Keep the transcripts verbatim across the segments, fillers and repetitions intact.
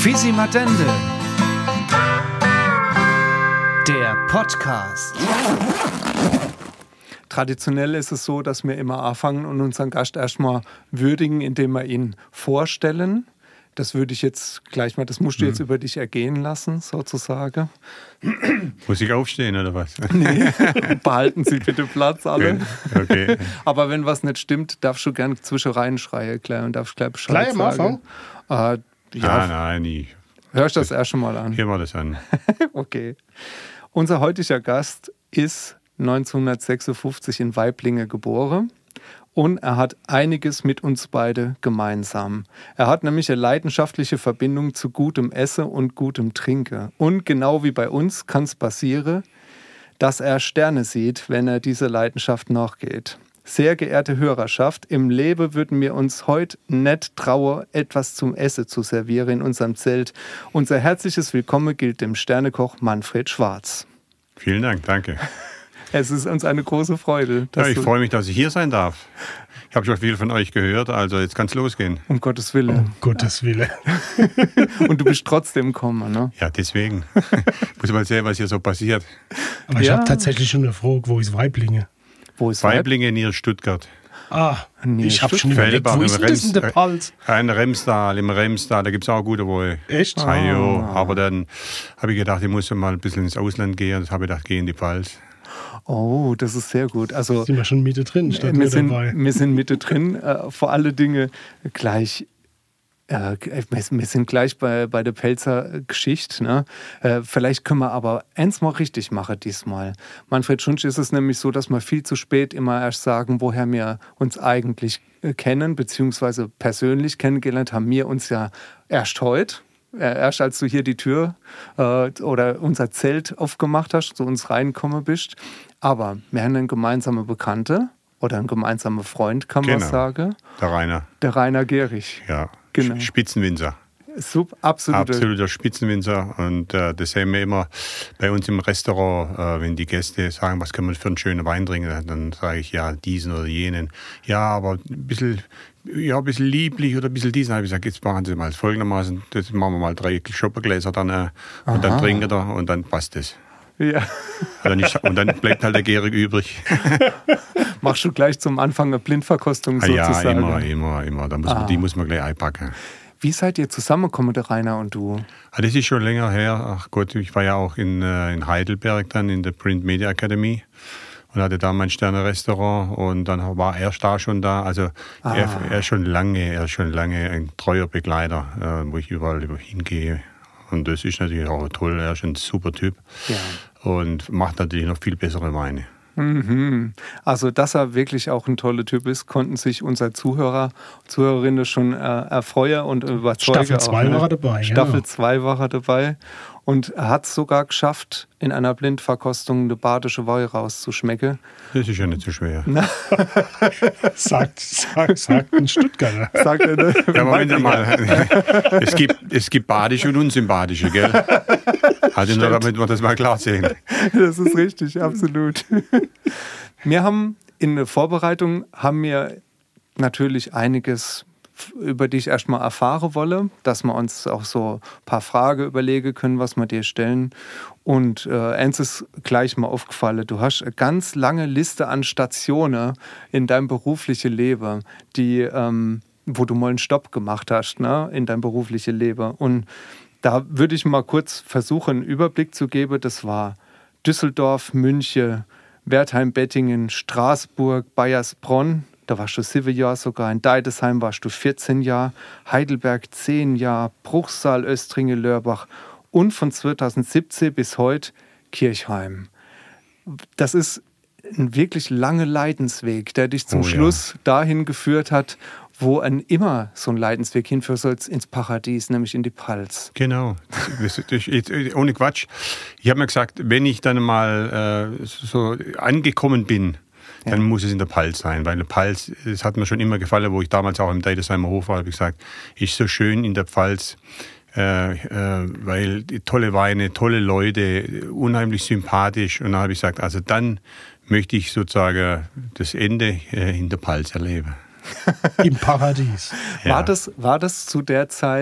Fisi-Madende, der Podcast. Traditionell ist es so, dass wir immer anfangen und unseren Gast erstmal würdigen, indem wir ihn vorstellen. Das würde ich jetzt gleich mal, das musst du jetzt mhm. über dich ergehen lassen, sozusagen. Muss ich aufstehen oder was? Nee, behalten Sie bitte Platz alle. Okay. Okay. Aber wenn was nicht stimmt, darfst du gerne zwischen reinschreien, Claire, und darfst gleich Bescheid Gleich am sagen. Anfang? Äh, ja, ah, nein, nie. Hörst du das erst schon mal an? Hören wir das an. Okay. Unser heutiger Gast ist neunzehnhundertsechsundfünfzig in Waiblinge geboren. Und er hat einiges mit uns beide gemeinsam. Er hat nämlich eine leidenschaftliche Verbindung zu gutem Essen und gutem Trinken. Und genau wie bei uns kann es passieren, dass er Sterne sieht, wenn er dieser Leidenschaft nachgeht. Sehr geehrte Hörerschaft, im Leben würden wir uns heute nicht trauen, etwas zum Essen zu servieren in unserem Zelt. Unser herzliches Willkommen gilt dem Sternekoch Manfred Schwarz. Vielen Dank, danke. Es ist uns eine große Freude. Ja, ich freue mich, dass ich hier sein darf. Ich habe schon viel von euch gehört, also jetzt kann es losgehen. Um Gottes Willen. Um Gottes Willen. Und du bist trotzdem gekommen, ne? Ja, deswegen. Muss mal sehen, was hier so passiert. Aber ich Ja. habe tatsächlich schon eine Frage, wo ist Waiblinge? Wo ist Waiblinge in Stuttgart. Ah, Nee, ich habe schon Stuttgart. überlegt, wo ist denn das in der Palz? Ein Remstal, im Remstal, da gibt es auch gute Wohl. Echt? Ah, jo. Aber dann habe ich gedacht, ich muss mal ein bisschen ins Ausland gehen. Das habe ich gedacht, gehe in die Pfalz. Oh, das ist sehr gut. Also Sind wir schon Mitte drin? Statt wir nur sind, dabei. wir sind Mitte drin. Äh, vor alle Dinge gleich. Äh, wir sind gleich bei, bei der Pelzer Geschichte. Ne? Äh, vielleicht können wir aber eins mal richtig machen diesmal. Manfred Schunsch ist es nämlich so, dass wir viel zu spät immer erst sagen, woher wir uns eigentlich äh, kennen, beziehungsweise persönlich kennengelernt haben wir uns ja erst heute. Erst als du hier die Tür äh, oder unser Zelt aufgemacht hast, zu uns reingekommen bist. Aber wir haben einen gemeinsamen Bekannte oder einen gemeinsamen Freund, kann man Genau. sagen. Der Rainer. Der Rainer Gehrig. Ja, Genau. Spitzenwinzer. Sub, absolute. Absoluter Spitzenwinzer. Und äh, das sehen wir immer bei uns im Restaurant, äh, wenn die Gäste sagen, was können wir für einen schönen Wein trinken, dann sage ich, ja, diesen oder jenen. Ja, aber ein bisschen, ja, ein bisschen lieblich oder ein bisschen diesen. Habe ich gesagt, jetzt machen Sie mal folgendermaßen, das machen wir mal drei Schoppengläser dann, äh, und dann trinken wir und dann passt es. Ja. Und, ich, und dann bleibt halt der Gehrig übrig. Machst du gleich zum Anfang eine Blindverkostung Ah, ja, sozusagen? immer, immer, immer. Da muss man, Ah. Die muss man gleich einpacken. Wie seid ihr zusammengekommen, der Rainer und du? Ah, das ist schon länger her. Ach Gott, ich war ja auch in, äh, in Heidelberg dann in der Print Media Academy und hatte da mein Sterne-Restaurant und dann war er da schon da. Also Ah. er, er ist schon lange, er ist schon lange ein treuer Begleiter, äh, wo ich überall hingehe. Und das ist natürlich auch toll. Er ist ein super Typ Ja. und macht natürlich noch viel bessere Weine. Mhm. Also, dass er wirklich auch ein toller Typ ist, konnten sich unsere Zuhörer, Zuhörerinnen schon äh, erfreuen und überzeugen. Staffel zwei auch, ne? war er dabei, Staffel genau. zwei war er dabei. Und er hat es sogar geschafft, in einer Blindverkostung eine badische Weih rauszuschmecken. Das ist ja nicht so schwer. Sagt, sagt, sagt ein Stuttgarter. Sagt er, ne? Ja, Moment mal. Es gibt, es gibt badische und unsympathische, gell? Also nur damit wir das mal klar sehen. Das ist richtig, absolut. Wir haben in der Vorbereitung haben wir natürlich einiges über dich erstmal erfahren wollen, dass wir uns auch so ein paar Fragen überlegen können, was wir dir stellen. Und äh, eins ist gleich mal aufgefallen, du hast eine ganz lange Liste an Stationen in deinem beruflichen Leben, die, ähm, wo du mal einen Stopp gemacht hast, ne, in deinem beruflichen Leben. Und da würde ich mal kurz versuchen, einen Überblick zu geben. Das war Düsseldorf, München, Wertheim-Bettingen, Straßburg, Bayersbronn. Da warst du sieben Jahre sogar. In Deidesheim warst du vierzehn Jahre. Heidelberg zehn Jahre. Bruchsal, Östringen, Lörbach. Und von zweitausendsiebzehn bis heute Kirchheim. Das ist ein wirklich langer Leidensweg, der dich zum Oh ja. Schluss dahin geführt hat, wo ein immer so ein Leidensweg hinführen soll, ins Paradies, nämlich in die Pfalz. Genau. Das, das, das, ohne Quatsch. Ich habe mir gesagt, wenn ich dann mal äh, so angekommen bin, Ja. dann muss es in der Pfalz sein, weil der Pfalz, das hat mir schon immer gefallen, wo ich damals auch im Deidesheimer Hof war, habe ich gesagt, ist so schön in der Pfalz, äh, äh, weil die tolle Weine, tolle Leute, unheimlich sympathisch. Und dann habe ich gesagt, also dann möchte ich sozusagen das Ende äh, in der Pfalz erleben. Im Paradies. Ja. War das, war das zu der Zeit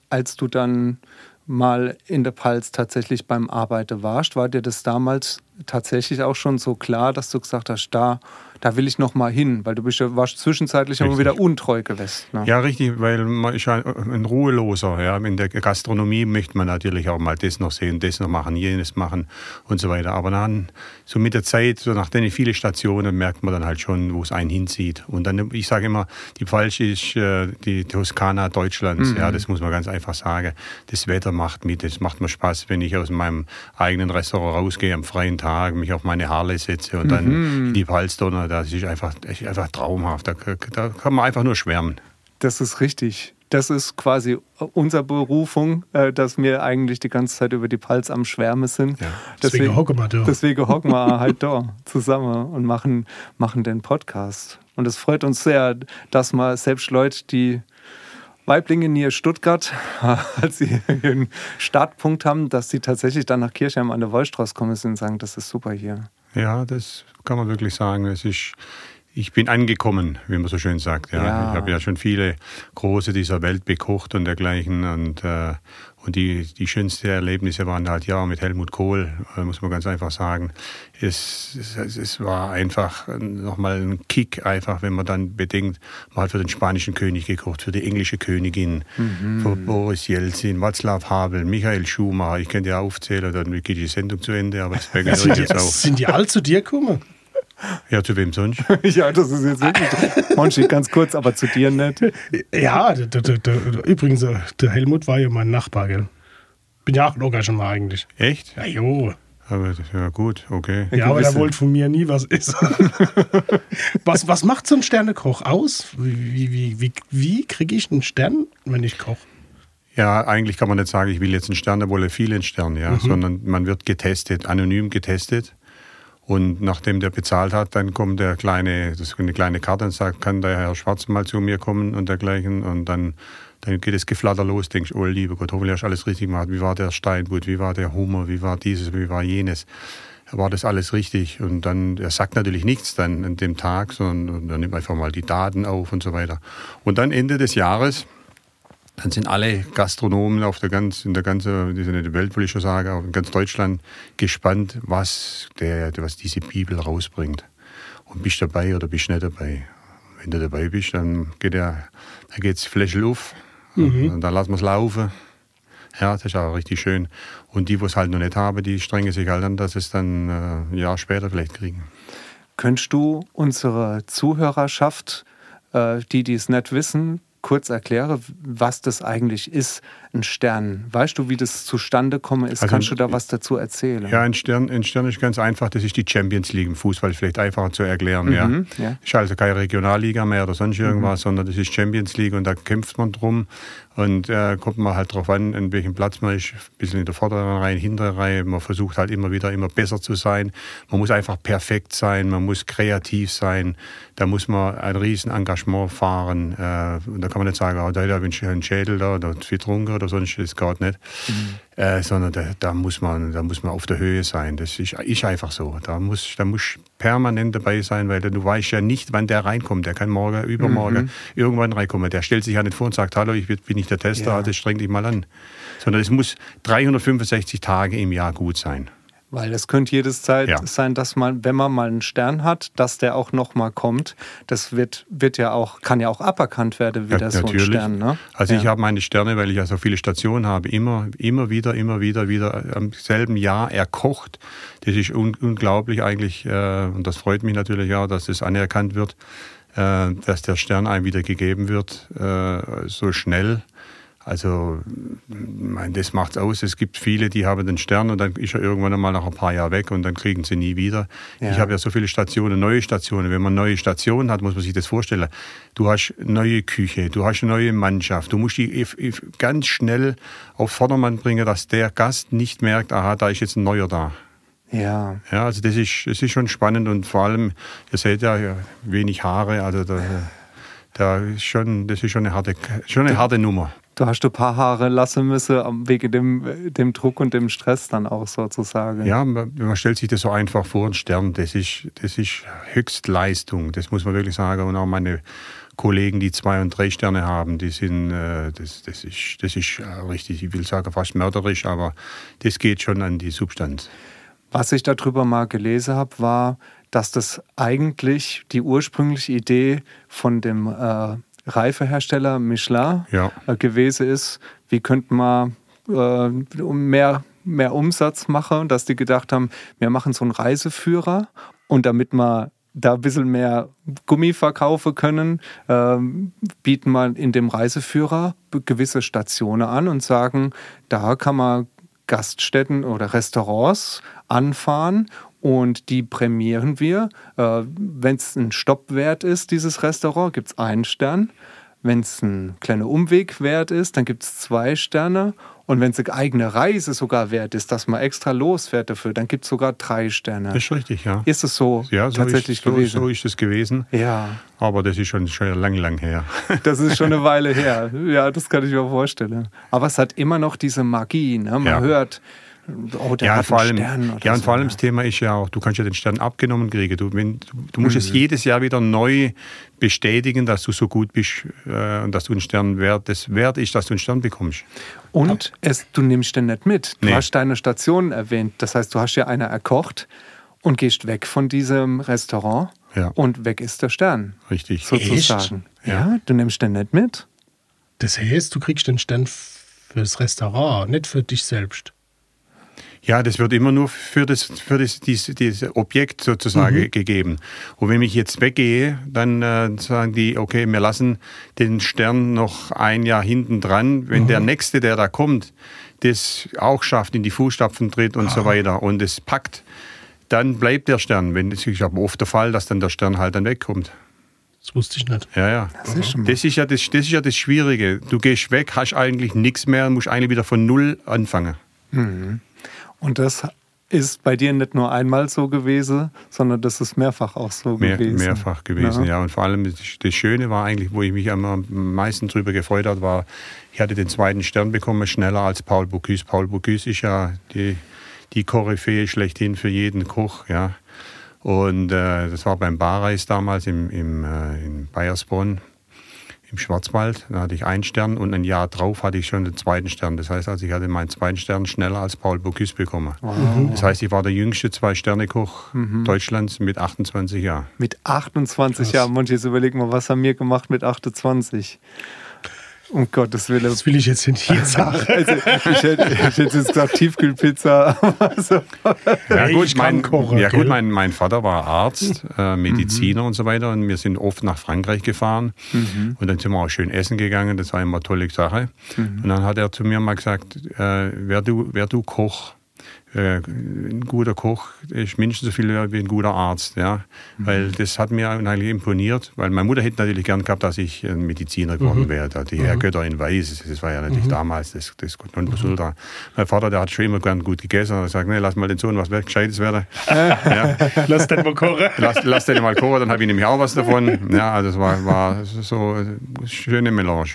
als du dann mal in der Pfalz tatsächlich beim Arbeiten warst, war dir das damals tatsächlich auch schon so klar, dass du gesagt hast, da, da will ich noch mal hin, weil du bist, warst zwischenzeitlich immer wieder untreu gewesen. Ne? Ja, richtig, weil man ist ja ein Ruheloser. Ja. In der Gastronomie möchte man natürlich auch mal das noch sehen, das noch machen, jenes machen und so weiter. Aber dann, so mit der Zeit, so nach den vielen Stationen, merkt man dann halt schon, wo es einen hinzieht. Und dann, ich sage immer, die Pfalz ist äh, die Toskana Deutschlands. Mhm. Ja, das muss man ganz einfach sagen. Das Wetter macht mit, es macht mir Spaß, wenn ich aus meinem eigenen Restaurant rausgehe am freien Tag, mich auf meine Harley setze und dann mhm. in die Pfalz donner. Das ist einfach, das ist einfach traumhaft. Da, da kann man einfach nur schwärmen. Das ist richtig. Das ist quasi unsere Berufung, dass wir eigentlich die ganze Zeit über die Pfalz am Schwärmen sind. Ja, deswegen, deswegen hocken wir da. Deswegen hocken wir halt da zusammen und machen, machen den Podcast. Und es freut uns sehr, dass wir selbst Leute, die Waiblingen hier Stuttgart, als sie ihren Startpunkt haben, dass sie tatsächlich dann nach Kirchheim an der Wollstraße kommen sind und sagen, das ist super hier. Ja, das kann man wirklich sagen. Es ist, ich bin angekommen, wie man so schön sagt. Ja. Ja. Ich habe ja schon viele Große dieser Welt bekocht und dergleichen. Und, äh, und die, die schönsten Erlebnisse waren halt ja mit Helmut Kohl, muss man ganz einfach sagen. Es, es, es war einfach nochmal ein Kick, einfach, wenn man dann bedenkt, man hat für den spanischen König gekocht, für die englische Königin, mhm. für Boris Jelzin, Václav Havel, Michael Schumacher. Ich könnte ja aufzählen, dann geht die Sendung zu Ende, aber das wäre sind, jetzt die, auch. Sind die alle zu dir gekommen? Ja, zu wem sonst? Ja, das ist jetzt wirklich. Monchi, ganz kurz, aber zu dir nicht. Ja, der, der, der, übrigens, der Helmut war ja mein Nachbar, gell? Bin ja auch ein Engagement eigentlich. Echt? Ja, jo. Aber ja, gut, okay. Ja, aber der wollte von mir nie was essen. was, was macht so ein Sternekoch aus? Wie, wie, wie, wie kriege ich einen Stern, wenn ich koche? Ja, eigentlich kann man nicht sagen, ich will jetzt einen Stern, da wolle viele einen Stern, ja, mhm. sondern man wird getestet, anonym getestet. Und nachdem der bezahlt hat, dann kommt der kleine, das ist eine kleine Karte und sagt, kann der Herr Schwarz mal zu mir kommen und dergleichen. Und dann, dann geht das Geflatter los, denkst, oh lieber Gott, hoffentlich hast du alles richtig gemacht. Wie war der Steinbutt, wie war der Hummer, wie war dieses, wie war jenes. War das alles richtig? Und dann, er sagt natürlich nichts dann an dem Tag, sondern er nimmt einfach mal die Daten auf und so weiter. Und dann Ende des Jahres, dann sind alle Gastronomen auf der ganz, in der ganzen, das ist nicht die Welt, will ich schon sagen, auch in ganz Deutschland gespannt, was, der, was diese Bibel rausbringt. Und bist du dabei oder bist du nicht dabei? Wenn du dabei bist, dann geht der, dann geht's Fläschel auf, mhm. und dann lassen wir es laufen. Ja, das ist auch richtig schön. Und die, die es halt noch nicht haben, die strengen sich halt an, dass es dann äh, ein Jahr später vielleicht kriegen. Könntest du unsere Zuhörerschaft, äh, die, die es nicht wissen, kurz erklären, was das eigentlich ist, ein Stern? Weißt du, wie das zustande gekommen ist? Also, kannst du da was dazu erzählen? Ja, ein Stern, ein Stern ist ganz einfach. Das ist die Champions League im Fußball. Vielleicht einfacher zu erklären. Mhm, ja. Ja. Ist also keine Regionalliga mehr oder sonst irgendwas, mhm. sondern das ist Champions League und da kämpft man drum. Und äh, kommt man halt drauf an, an welchem Platz man ist. Ein bisschen in der vorderen Reihe, hinteren Reihe. Man versucht halt immer wieder, immer besser zu sein. Man muss einfach perfekt sein. Man muss kreativ sein. Da muss man ein riesen Engagement fahren. Äh, und da kann man nicht sagen, oh, da habe ich einen Schädel da oder viel getrunken oder sonst. Das geht nicht. Mhm. Äh, sondern da, da, muss man, da muss man auf der Höhe sein. Das ist, ist einfach so. Da muss, da muss permanent dabei sein, weil du weißt ja nicht, wann der reinkommt. Der kann morgen, übermorgen mhm. irgendwann reinkommen. Der stellt sich ja nicht vor und sagt, hallo, ich bin nicht der Tester, ja. Das streng dich mal an. Sondern es muss dreihundertfünfundsechzig Tage im Jahr gut sein. Weil es könnte jedes Zeit ja. sein, dass man, wenn man mal einen Stern hat, dass der auch nochmal kommt. Das wird, wird ja auch, kann ja auch aberkannt werden, wieder ja, so ein Stern. Ne? Also ja. ich habe meine Sterne, weil ich ja so viele Stationen habe, immer, immer wieder, immer wieder, wieder am selben Jahr erkocht. Das ist un- unglaublich eigentlich, äh, und das freut mich natürlich auch, dass das anerkannt wird, äh, dass der Stern einem wieder gegeben wird, äh, so schnell. Also, mein, das macht's aus. Es gibt viele, die haben den Stern und dann ist er irgendwann einmal nach ein paar Jahren weg und dann kriegen sie nie wieder. Ja. Ich habe ja so viele Stationen, neue Stationen. Wenn man neue Stationen hat, muss man sich das vorstellen. Du hast neue Küche, du hast eine neue Mannschaft. Du musst die ganz schnell auf Vordermann bringen, dass der Gast nicht merkt, aha, da ist jetzt ein Neuer da. Ja. Ja, also das ist, das ist schon spannend und vor allem, ihr seht ja, wenig Haare, also da, da ist schon, das ist schon eine harte, schon eine harte Nummer. Du hast ein paar Haare lassen müssen, wegen dem, dem Druck und dem Stress dann auch sozusagen. Ja, man, man stellt sich das so einfach vor, ein Stern, das ist, das ist Höchstleistung, das muss man wirklich sagen. Und auch meine Kollegen, die zwei und drei Sterne haben, die sind, äh, das, das ist, das ist richtig, ich will sagen fast mörderisch, aber das geht schon an die Substanz. Was ich darüber mal gelesen habe, war, dass das eigentlich die ursprüngliche Idee von dem äh, Reifehersteller Michelin ja. äh, gewesen ist, wie könnte man äh, mehr, mehr Umsatz machen, dass die gedacht haben, wir machen so einen Reiseführer und damit wir da ein bisschen mehr Gummi verkaufen können, äh, bieten wir in dem Reiseführer gewisse Stationen an und sagen, da kann man Gaststätten oder Restaurants anfahren und die prämieren wir. Äh, wenn es ein Stopp wert ist, dieses Restaurant, gibt es einen Stern. Wenn es ein kleiner Umweg wert ist, dann gibt es zwei Sterne. Und wenn es eine eigene Reise sogar wert ist, dass man extra losfährt dafür, dann gibt es sogar drei Sterne. Das ist richtig, ja. Ist es so, ja, so tatsächlich ist, so, gewesen? So ist es gewesen. Ja. Aber das ist schon, schon lang, lang her. Das ist schon eine Weile her. Ja, das kann ich mir vorstellen. Aber es hat immer noch diese Magie. Ne? Man ja. hört, oh, der ja, hat vor einen allem, Stern oder ja, und so. vor allem das Thema ist ja auch, du kannst ja den Stern abgenommen kriegen. Du, wenn, du, du musst mhm. es jedes Jahr wieder neu bestätigen, dass du so gut bist äh, und dass du einen Stern wert, das wert ist, dass du einen Stern bekommst. Und es, du nimmst den nicht mit. Du nee. hast deine Station erwähnt. Das heißt, du hast ja einer erkocht und gehst weg von diesem Restaurant ja. und weg ist der Stern. Richtig. Sozusagen. Ja. ja, du nimmst den nicht mit. Das heißt, du kriegst den Stern fürs Restaurant, nicht für dich selbst. Ja, das wird immer nur für das, für das dieses, dieses Objekt sozusagen mhm. gegeben. Und wenn ich jetzt weggehe, dann äh, sagen die, okay, wir lassen den Stern noch ein Jahr hinten dran. Wenn mhm. der Nächste, der da kommt, das auch schafft, in die Fußstapfen tritt und ah. so weiter und es packt, dann bleibt der Stern. Wenn, das ist aber oft der Fall, dass dann der Stern halt dann wegkommt. Das wusste ich nicht. Ja, ja. Das ist, das ist ja das, das ist ja das Schwierige. Du gehst weg, hast eigentlich nichts mehr und musst eigentlich wieder von Null anfangen. Mhm. Und das ist bei dir nicht nur einmal so gewesen, sondern das ist mehrfach auch so Mehr, gewesen. Mehrfach gewesen, ja. ja. Und vor allem das Schöne war eigentlich, wo ich mich am meisten drüber gefreut habe, war, ich hatte den zweiten Stern bekommen, schneller als Paul Bocuse. Paul Bocuse ist ja die, die Koryphäe schlechthin für jeden Koch, ja. Und äh, das war beim Barreis damals im, im, äh, in Bayersbronn. Im Schwarzwald, da hatte ich einen Stern und ein Jahr drauf hatte ich schon den zweiten Stern. Das heißt, also ich hatte meinen zweiten Stern schneller als Paul Bocuse bekommen. Wow. Das heißt, ich war der jüngste Zwei-Sterne-Koch mhm. Deutschlands mit achtundzwanzig Jahren. Mit achtundzwanzig Jahren? Manche, jetzt überlegen wir, was haben wir gemacht mit achtundzwanzig? Um Gottes Willen. Das will ich jetzt nicht hier sagen. Also, ich, hätte, ich hätte jetzt gesagt Tiefkühlpizza. So. Ja gut, ich mein, kochen, ja, gut mein, mein Vater war Arzt, äh, Mediziner mhm. und so weiter und wir sind oft nach Frankreich gefahren mhm. und dann sind wir auch schön essen gegangen, das war immer eine tolle Sache. Mhm. Und dann hat er zu mir mal gesagt, äh, wer, du, wer du Koch, äh, ein guter Koch ist mindestens so viel wie ein guter Arzt, ja, mhm. weil das hat mir eigentlich imponiert, weil meine Mutter hätte natürlich gern gehabt, dass ich ein Mediziner geworden mhm. wäre, die mhm. Herrgötter in Weiß, das war ja natürlich mhm. damals das, das Nonplusultra. Mhm. Mein Vater, der hat schon immer gern gut gegessen und hat gesagt, nee, lass mal den Sohn was Gescheites werden. ja. Lass den mal kochen. Lass, lass den mal kochen, dann habe ich nämlich auch was davon. Ja, also es war, war so eine schöne Melange.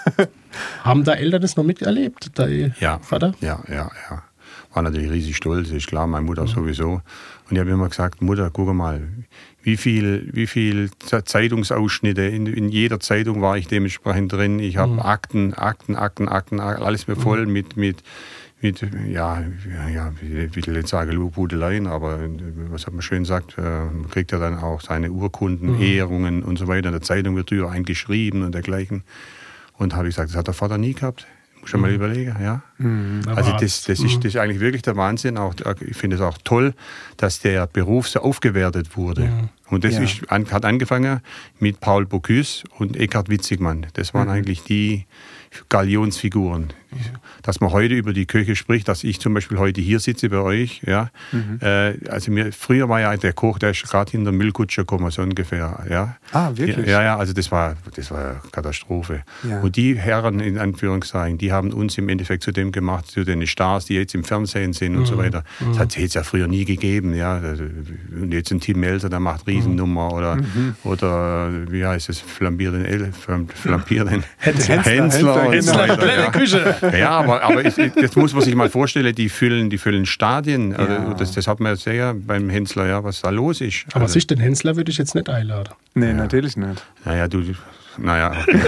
Haben da Eltern das noch miterlebt, dein ja. Vater? Ja, ja, ja. War natürlich riesig stolz, ist klar, meine Mutter mhm. sowieso. Und ich habe immer gesagt, Mutter, guck mal, wie viel, wie viel Zeitungsausschnitte, in, in jeder Zeitung war ich dementsprechend drin. Ich habe mhm. Akten, Akten, Akten, Akten, alles mir voll mhm. mit, mit, mit, ja, ja, ich will jetzt sagen Lobhudeleien, aber was hat man schön gesagt, man kriegt ja dann auch seine Urkunden, mhm. Ehrungen und so weiter. In der Zeitung wird drüber eingeschrieben und dergleichen. Und habe ich gesagt, das hat der Vater nie gehabt. Schon mal überlegen, ja. Mhm, also das, das, ist, das ist eigentlich wirklich der Wahnsinn. Auch, ich finde es auch toll, dass der Beruf so aufgewertet wurde. Mhm. Und das ja. ist, hat angefangen mit Paul Bocuse und Eckhard Witzigmann. Das waren mhm. eigentlich die Galionsfiguren. Dass man heute über die Köche spricht, dass ich zum Beispiel heute hier sitze bei euch. Ja. Mhm. Äh, also mir, früher war ja der Koch, der ist gerade hinter dem Müllkutscher gekommen, so ungefähr. Ja. Ah, wirklich? Ja, ja, also das war, das war eine Katastrophe. Ja. Und die Herren, in Anführungszeichen, die haben uns im Endeffekt zu dem gemacht, zu den Stars, die jetzt im Fernsehen sind mhm. und so weiter. Das hat es jetzt ja früher nie gegeben. Ja. Und jetzt ein Tim Melzer, der macht riesig Riesennummer oder, Mhm. oder wie heißt es, flambierten El, flampierten Hensler. Hensler und so Hensler, weiter. kleine Ja. Küche. Ja, aber, aber ich, das muss man sich mal vorstellen, die füllen, die füllen Stadien. Ja. Also das, das hat man ja sehr beim Hensler, ja, was da los ist. Aber Also, sich den Hensler würde ich jetzt nicht einladen. Nee, natürlich nicht. naja, du, naja. Okay.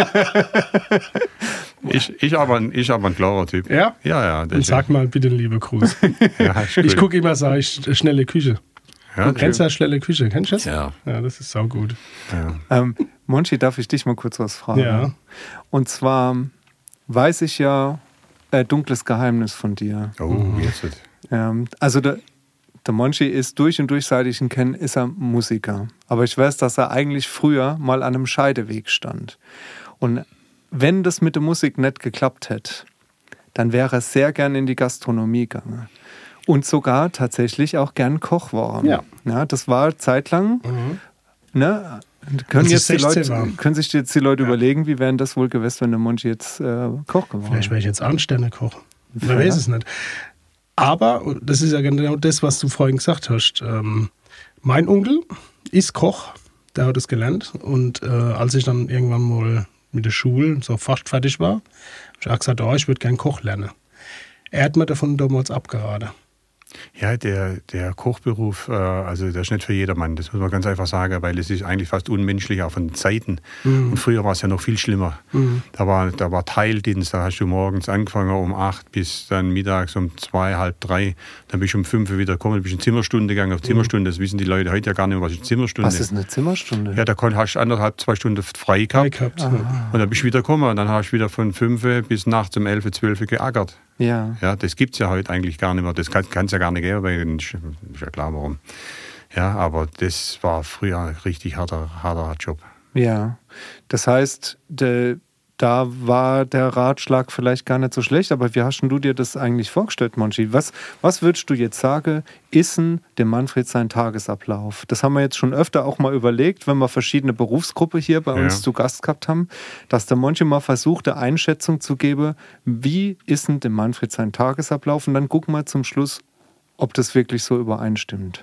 ich, ich, aber, ich aber ein klarer Typ. Ja? Ja, ja. Dann sag mal bitte einen lieben Gruß. ja, ist Ich gut. gucke immer, sage ich, schnelle Küche. Ja, Du kennst ja schnelle Küche, kennst du das? Ja. Ja, das ist saugut. Ja. Ähm, Monchi, darf ich dich mal kurz was fragen? Ja. Und zwar weiß ich ja äh, dunkles Geheimnis von dir. Oh, jetzt. Ähm, also der, der Monchi ist durch und durch, seit ich ihn kenne, ist er Musiker. Aber ich weiß, dass er eigentlich früher mal an einem Scheideweg stand. Und wenn das mit der Musik nicht geklappt hätte, dann wäre er sehr gern in die Gastronomie gegangen. Und sogar tatsächlich auch gern Koch geworden. Ja. Ja, das war zeitlang. Mhm. Ne, können, Als ich jetzt die sechzehn Leute, war. können sich jetzt die Leute Ja. überlegen, wie wären das wohl gewesen, wenn der Monchi jetzt äh, Koch geworden Vielleicht wäre ich jetzt Ansternekoch. Man Ja. weiß es nicht. Aber, und das ist ja genau das, was du vorhin gesagt hast. Ähm, mein Onkel ist Koch, der hat es gelernt. Und äh, als ich dann irgendwann mal mit der Schule so fast fertig war, habe ich auch gesagt, oh, ich würde gern Koch lernen. Er hat mir davon damals abgeraten. Ja, der, der Kochberuf, äh, also der ist nicht für jedermann, das muss man ganz einfach sagen, weil es ist eigentlich fast unmenschlich, auch von den Zeiten. Mhm. Und früher war es ja noch viel schlimmer. Mhm. Da war, da war Teildienst, da hast du morgens angefangen um acht bis dann mittags um zwei, halb drei. Dann bist du um fünf wieder gekommen, bist in Zimmerstunde gegangen auf Zimmerstunde. Das wissen die Leute heute ja gar nicht mehr, was ist Zimmerstunde. Was ist eine Zimmerstunde? Ja, da kon- hast du anderthalb, zwei Stunden frei gehabt. gehabt. Und dann bist du wieder gekommen und dann hast du wieder von fünf bis nachts um elf, zwölf geackert. Ja. Ja, das gibt es ja heute eigentlich gar nicht mehr. Das kann es ja gar nicht geben, weil ist ja klar warum. Ja, aber das war früher ein richtig harter, harter Job. Ja. Das heißt, de, da war der Ratschlag vielleicht gar nicht so schlecht, aber wie hast denn du dir das eigentlich vorgestellt, Monchi? Was, was würdest du jetzt sagen, ist denn dem Manfred sein Tagesablauf? Das haben wir jetzt schon öfter auch mal überlegt, wenn wir verschiedene Berufsgruppen hier bei uns Ja. zu Gast gehabt haben, dass der Monchi mal versucht, eine Einschätzung zu geben, wie ist denn dem Manfred sein Tagesablauf? Und dann gucken wir zum Schluss, ob das wirklich so übereinstimmt.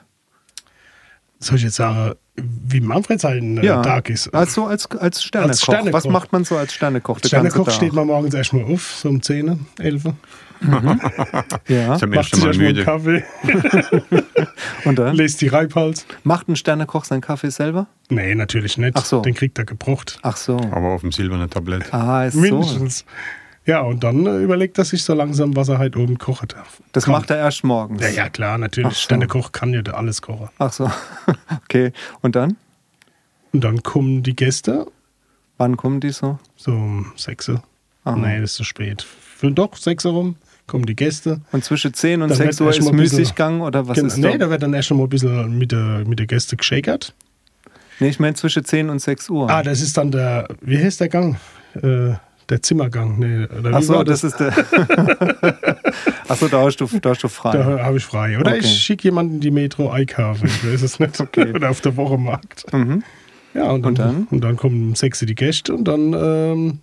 Soll ich jetzt sagen, wie Manfred sein äh, Tag ist? Also als, als Sternekoch. Als Sternekoch. Was macht man so als Sternekoch? den Sternekoch ganzen steht Tag? man morgens erstmal auf, so um zehn, elf. Ja. Zum Macht ersten sich Mal erstmal einen müde. Und Kaffee, dann? lest die Reibhals. Macht ein Sternekoch seinen Kaffee selber? Nee, natürlich nicht. Ach so. Den kriegt er gebrocht. Ach so. Aber auf dem silbernen Tablett. Ah, ist so. Mindestens. Ja, und dann äh, überlegt er sich so langsam, was er halt oben kochen darf. Das Kann. macht er erst morgens. Ja, ja, klar, natürlich. Ach so. Sternekoch kann ja da alles kochen. Ach so. Okay. Und dann? Und dann kommen die Gäste, Wann kommen die so? so um sechs Uhr. Aha. Nee, das ist zu spät. Für, doch, sechs Uhr rum kommen die Gäste. Und zwischen zehn und Dann sechs wird Uhr erst ist mal ein bisschen- Müßiggang oder was Genau, ist nee, da? da wird dann erst mal ein bisschen mit der, mit der Gäste geschakert. Nee, ich meine zwischen zehn und sechs Uhr. Ah, das ist dann der, wie heißt der Gang? Äh, der Zimmergang. Nee, oder wie Ach so, war das ist der. Ach so, da hast du, da hast du frei. Da habe ich frei. Oder Okay. ich schicke jemanden in die Metro einkaufen. Ich weiß es nicht. Okay. Oder auf der Wochenmarkt. Mhm. Ja, und dann, Und dann? und dann kommen um sechs Uhr die Gäste und dann, ähm,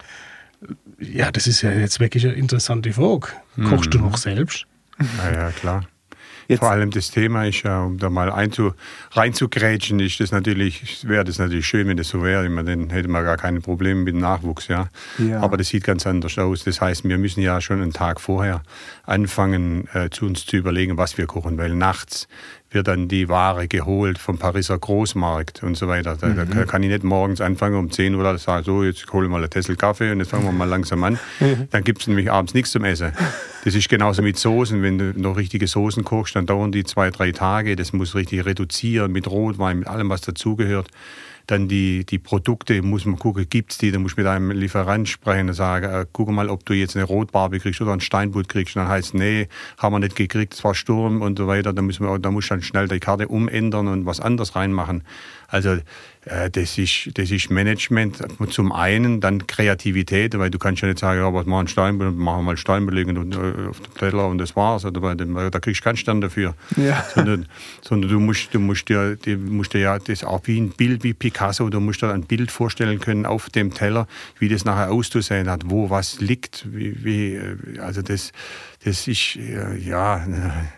ja, das ist ja jetzt wirklich eine interessante Frage. Kochst du noch selbst? Ja, ja, klar. Jetzt, Vor allem das Thema ist ja, um da mal einzu, reinzugrätschen, ist das natürlich, wäre das natürlich schön, wenn das so wäre. Ich meine, dann hätte man gar keine Probleme mit dem Nachwuchs, ja. Ja. Aber das sieht ganz anders aus. Das heißt, wir müssen ja schon einen Tag vorher anfangen, äh, zu uns zu überlegen, was wir kochen, weil nachts wird dann die Ware geholt vom Pariser Großmarkt und so weiter. Da, Mhm. da kann ich nicht morgens anfangen um zehn Uhr, sagen, so, jetzt hole ich mal einen Tessel Kaffee und jetzt fangen wir mal langsam an. Dann gibt es nämlich abends nichts zum Essen. Das ist genauso mit Soßen. Wenn du noch richtige Soßen kochst, dann dauern die zwei, drei Tage. Das muss richtig reduzieren mit Rotwein, mit allem, was dazugehört. Dann die, die Produkte, muss man gucken, gibt es die? Dann muss man mit einem Lieferant sprechen und sagen, äh, guck mal, ob du jetzt eine Rotbarbe kriegst oder einen Steinbutt kriegst. Und dann heißt es, nee, haben wir nicht gekriegt, es war Sturm und so weiter. Da müssen wir, da musst du dann schnell die Karte umändern und was anderes reinmachen. Also äh, das ist, das ist Management zum einen, dann Kreativität, weil du kannst ja nicht sagen, ja, was machen Steinbutt, machen wir mal Steinbeleg und, äh, auf dem Teller und das war's. Oder bei dem, da kriegst du keinen Stern dafür. Ja. Sondern, sondern du musst, du musst dir, du musst dir ja das auch wie ein Bild, wie Picasso, du musst dir ein Bild vorstellen können auf dem Teller, wie das nachher auszusehen hat, wo was liegt, wie, wie also das, das ist, ja,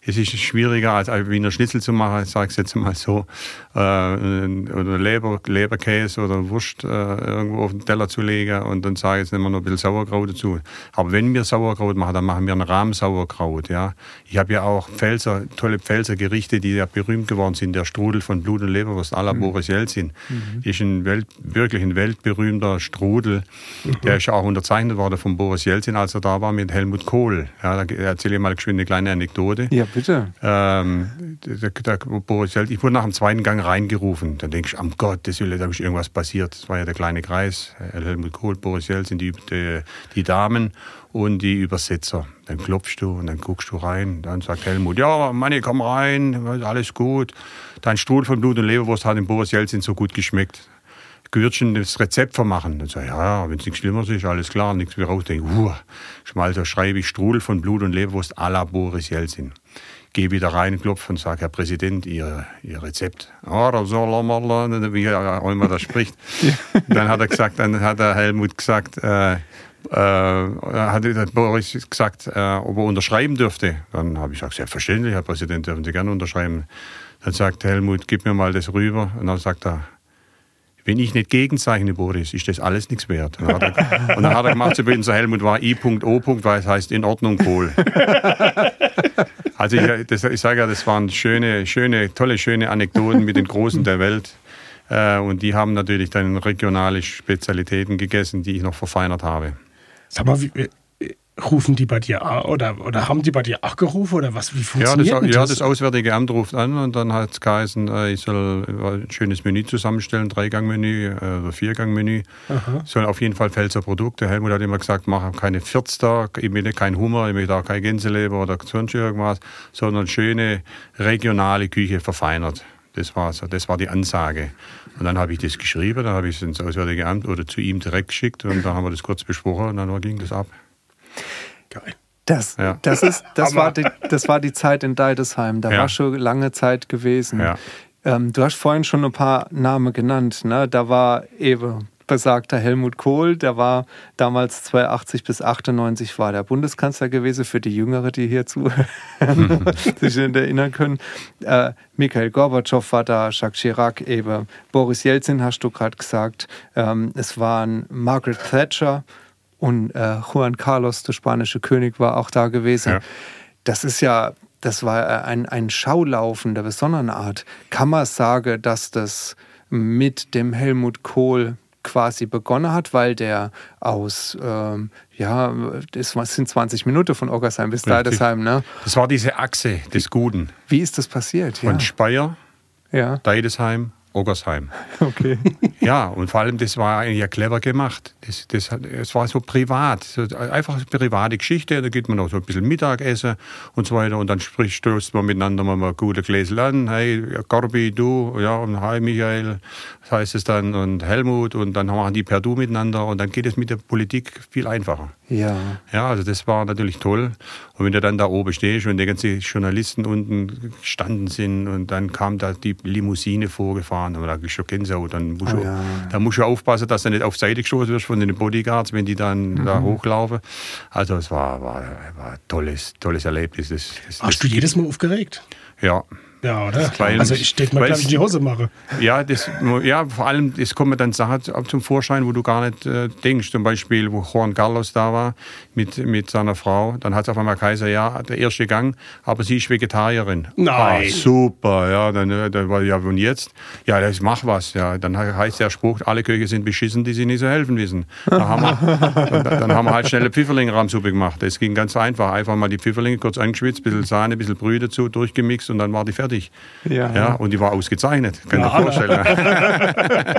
es ist schwieriger, als Wiener Schnitzel zu machen, ich sage es jetzt mal so, äh, oder Leber, Leberkäse oder Wurst äh, irgendwo auf den Teller zu legen und dann sage ich, jetzt nehmen wir noch ein bisschen Sauerkraut dazu. Aber wenn wir Sauerkraut machen, dann machen wir ein Rahmsauerkraut. Ja? Ich habe ja auch Pfälzer, tolle Pfälzer Gerichte, die ja berühmt geworden sind. Der Strudel von Blut und Leberwurst à la mhm. Boris Jelzin. Mhm. Ist ein Welt, wirklich ein weltberühmter Strudel. Mhm. Der ist ja auch unterzeichnet worden von Boris Jelzin, als er da war mit Helmut Kohl. Ja, da erzähle ich mal geschwind eine kleine Anekdote. Ja, bitte. Ähm, der, der Boris Jelzin, ich wurde nach dem zweiten Gang reingerufen. Dann denke ich, am Gottes Willen, da ist irgendwas passiert. Das war ja der kleine Kreis. Helmut Kohl, Boris Jelzin, die, die, die Damen und die Übersetzer. Dann klopfst du und dann guckst du rein. Dann sagt Helmut, ja, Manni, komm rein, alles gut. Dein Strudel von Blut und Leberwurst hat dem Boris Jelzin so gut geschmeckt. Gewürzen das Rezept vermachen. Dann sage ich, ja, wenn es nichts Schlimmeres ist, alles klar, nichts mehr rausdenken. Uh, Schmalter schreibe ich Strudel von Blut und Leberwurst à la Boris Jelzin. Gehe wieder rein, klopfe und sage, Herr Präsident, Ihr, Ihr Rezept. Oh, da soll er mal, wie er auch immer das spricht. Dann hat er gesagt, dann hat der Helmut gesagt, äh, äh, hat der Boris gesagt, äh, ob er unterschreiben dürfte. Dann habe ich gesagt, selbstverständlich, Herr Präsident, dürfen Sie gerne unterschreiben. Dann sagt Helmut, gib mir mal das rüber. Und dann sagt er, wenn ich nicht gegenzeichne, Boris, ist das alles nichts wert. Und dann hat er, und dann hat er gemacht, so unser Helmut war I O weil es heißt in Ordnung, Kohl. Also ich, das, ich sage ja, das waren schöne, schöne, tolle, schöne Anekdoten mit den Großen der Welt. Äh, und die haben natürlich dann regionale Spezialitäten gegessen, die ich noch verfeinert habe. Sag mal, wie, rufen die bei dir an oder, oder haben die bei dir auch gerufen oder was? Wie funktioniert ja, das, das? Ja, das Auswärtige Amt ruft an und dann hat es geheißen, ich soll ein schönes Menü zusammenstellen, Dreigang-Menü oder Viergang-Menü. Sollen auf jeden Fall Pfälzer Produkte. Helmut hat immer gesagt, mach keine Vierzter, ich will kein Hummer, ich will auch keine Gänseleber oder sonst irgendwas, sondern schöne regionale Küche verfeinert. Das war, so, das war die Ansage. Und dann habe ich das geschrieben, dann habe ich es ins Auswärtige Amt oder zu ihm direkt geschickt und dann haben wir das kurz besprochen und dann ging das ab. Geil. Das, ja. das, ist, das, war die, das war die Zeit in Deidesheim. Da ja. war schon lange Zeit gewesen. Ja. Ähm, du hast vorhin schon ein paar Namen genannt. Ne? Da war eben besagter Helmut Kohl, der war damals zweiundachtzig bis achtundneunzig war der Bundeskanzler gewesen, für die Jüngere, die hier zuhören, sich erinnern können. Äh, Mikhail Gorbatschow war da, Jacques Chirac eben, Boris Jelzin hast du gerade gesagt. Ähm, es waren Margaret Thatcher und äh, Juan Carlos, der spanische König, war auch da gewesen. Ja. Das ist ja, das war ein, ein Schaulaufen der besonderen Art. Kann man sagen, dass das mit dem Helmut Kohl quasi begonnen hat, weil der aus, ähm, ja, das sind zwanzig Minuten von Oggersheim bis Deidesheim, ne? Das war diese Achse des Guten. Wie ist das passiert? Von ja. Speyer, ja. Deidesheim, Oggersheim. Okay. Ja, und vor allem, das war eigentlich ja clever gemacht. Das, das, das war so privat, so einfach eine private Geschichte. Da geht man noch so ein bisschen Mittagessen und so weiter. Und dann spricht, stößt man miteinander mal ein gutes Gläschen an. Hey, Gorbi, du, ja, und hi, Michael, das heißt es dann, und Helmut. Und dann machen die per Du miteinander. Und dann geht es mit der Politik viel einfacher. Ja. Ja, also das war natürlich toll. Und wenn du dann da oben stehst und die ganzen Journalisten unten gestanden sind und dann kam da die Limousine vorgefahren, und da ist schon Gänsehaut. Dann musst, oh, du, ja. dann musst du aufpassen, dass du nicht auf Seite gestoßen wirst von den Bodyguards, wenn die dann mhm. da hochlaufen. Also es war, war, war ein tolles, tolles Erlebnis. Das, das, Hast das, du jedes Mal aufgeregt? Ja. Ja, oder? Weil, also ich denke mal, gleich in die Hose mache. Ja, das, ja, vor allem, es kommen dann Sachen zum Vorschein, wo du gar nicht äh, denkst. Zum Beispiel, wo Juan Carlos da war mit, mit seiner Frau. Dann hat es auf einmal geheißen, ja, der erste Gang, aber sie ist Vegetarierin. Nein. Ah, super, ja, dann, dann war ja, und jetzt? Ja, das mach was. Ja, dann heißt der Spruch, alle Köche sind beschissen, die sich nicht so helfen wissen. Da haben wir, dann, dann haben wir halt schnell eine Pfifferling-Rahmsuppe gemacht. Das ging ganz einfach. Einfach mal die Pfifferlinge kurz angeschwitzt, ein bisschen Sahne, ein bisschen Brühe dazu, durchgemixt und dann war die fertig. Ja. Ja, und die war ausgezeichnet, könnt ihr ja, euch vorstellen.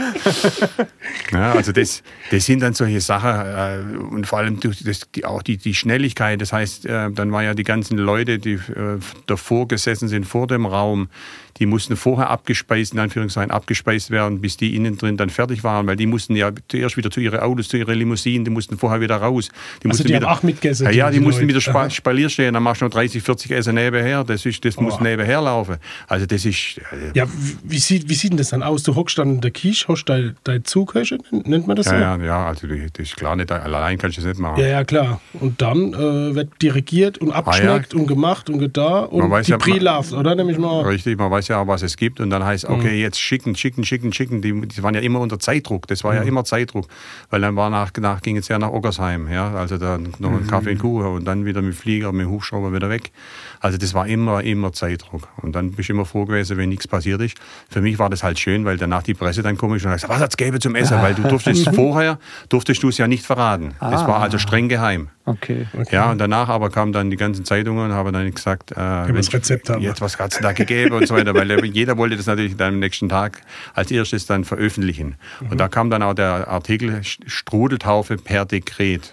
Ja, also das, das sind dann solche Sachen äh, und vor allem das, die, auch die, die Schnelligkeit, das heißt, äh, dann waren ja die ganzen Leute, die äh, davor gesessen sind, vor dem Raum, die mussten vorher abgespeist, in Anführungszeichen abgespeist werden, bis die innen drin dann fertig waren, weil die mussten ja zuerst wieder zu ihren Autos, zu ihren Limousinen, die mussten vorher wieder raus. Die also die wieder, haben auch mitgegessen? Ja, ja, die, die mussten Leute. wieder Sp- Spalier stehen, dann machst du noch dreißig, vierzig Essen nebenher, das, ist, das oh. muss nebenher laufen. Also das ist... Äh, ja, wie sieht, wie sieht denn das dann aus? Du hockst dann in der Quiche, hast deine dein Zugköche, nennt man das ja, so? Ja, ja, also das ist klar, nicht, allein kannst du das nicht machen. Ja, ja, klar. Und dann äh, wird dirigiert und abgeschmeckt ah, ja. und gemacht und getan und die ja, Pre-Love, oder? Nämlich mal. Richtig, man weiß ja auch, was es gibt und dann heißt, okay, mhm. jetzt schicken, schicken, schicken, schicken. Die, die waren ja immer unter Zeitdruck, das war mhm. ja immer Zeitdruck, weil dann war nach, nach ging es ja nach Oggersheim, ja, also dann noch ein mhm. Kaffee und Kuchen und dann wieder mit dem Flieger, mit dem Hubschrauber wieder weg. Also das war immer, immer Zeitdruck. Und dann bist du immer froh gewesen, wenn nichts passiert ist. Für mich war das halt schön, weil danach die Presse dann komisch und hat gesagt, was hat's gäbe zum Essen? Weil du durftest vorher, durftest du es ja nicht verraten. Ah. Das war also streng geheim. Okay. okay. Ja, und danach aber kamen dann die ganzen Zeitungen und haben dann gesagt, äh, wenn das Rezept haben. Jetzt, was hat es da gegeben und so weiter. Weil jeder wollte das natürlich dann am nächsten Tag als erstes dann veröffentlichen. Mhm. Und da kam dann auch der Artikel Strudeltaufe per Dekret.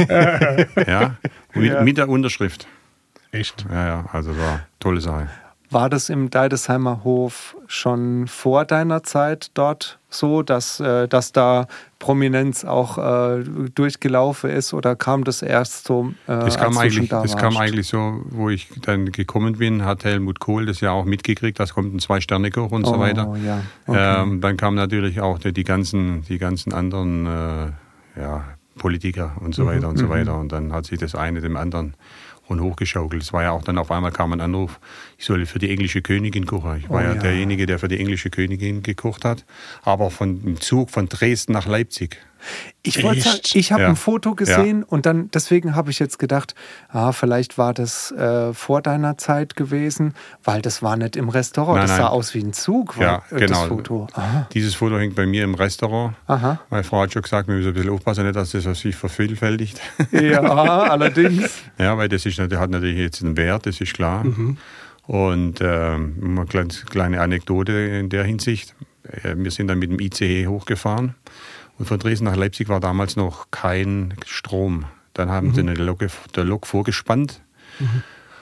ja, mit, ja, mit der Unterschrift. Echt? Ja, ja, also war eine tolle Sache. War das im Deidesheimer Hof schon vor deiner Zeit dort so, dass, äh, dass da Prominenz auch äh, durchgelaufen ist oder kam das erst so, äh, das kam als eigentlich, du schon da Das warst? kam eigentlich so, wo ich dann gekommen bin, hat Helmut Kohl das ja auch mitgekriegt, das kommt ein Zwei-Sterne-Koch und oh, so weiter. Ja. Okay. Ähm, dann kamen natürlich auch die, die, ganzen, die ganzen anderen äh, ja, Politiker und so weiter mhm, und so weiter und dann hat sich das eine dem anderen und hochgeschaukelt. Es war ja auch dann auf einmal kam ein Anruf, ich solle für die englische Königin kochen. Ich war oh, ja, ja derjenige, der für die englische Königin gekocht hat, aber von dem Zug von Dresden nach Leipzig. Ich wollte sagen, ich habe ja. ein Foto gesehen ja. und dann deswegen habe ich jetzt gedacht, ah, vielleicht war das äh, vor deiner Zeit gewesen, weil das war nicht im Restaurant. Nein, das sah nein. aus wie ein Zug, war ja, äh, genau. das Foto. Aha. Dieses Foto hängt bei mir im Restaurant. Aha. Meine Frau hat schon gesagt, wir müssen ein bisschen aufpassen, nicht, dass das sich vervielfältigt. Ja, allerdings. Ja, weil das ist, hat natürlich jetzt einen Wert, das ist klar. Mhm. Und äh, eine kleine Anekdote in der Hinsicht. Wir sind dann mit dem I C E hochgefahren. Und von Dresden nach Leipzig war damals noch kein Strom. Dann haben mhm. sie eine Lok, der Lok vorgespannt. Mhm.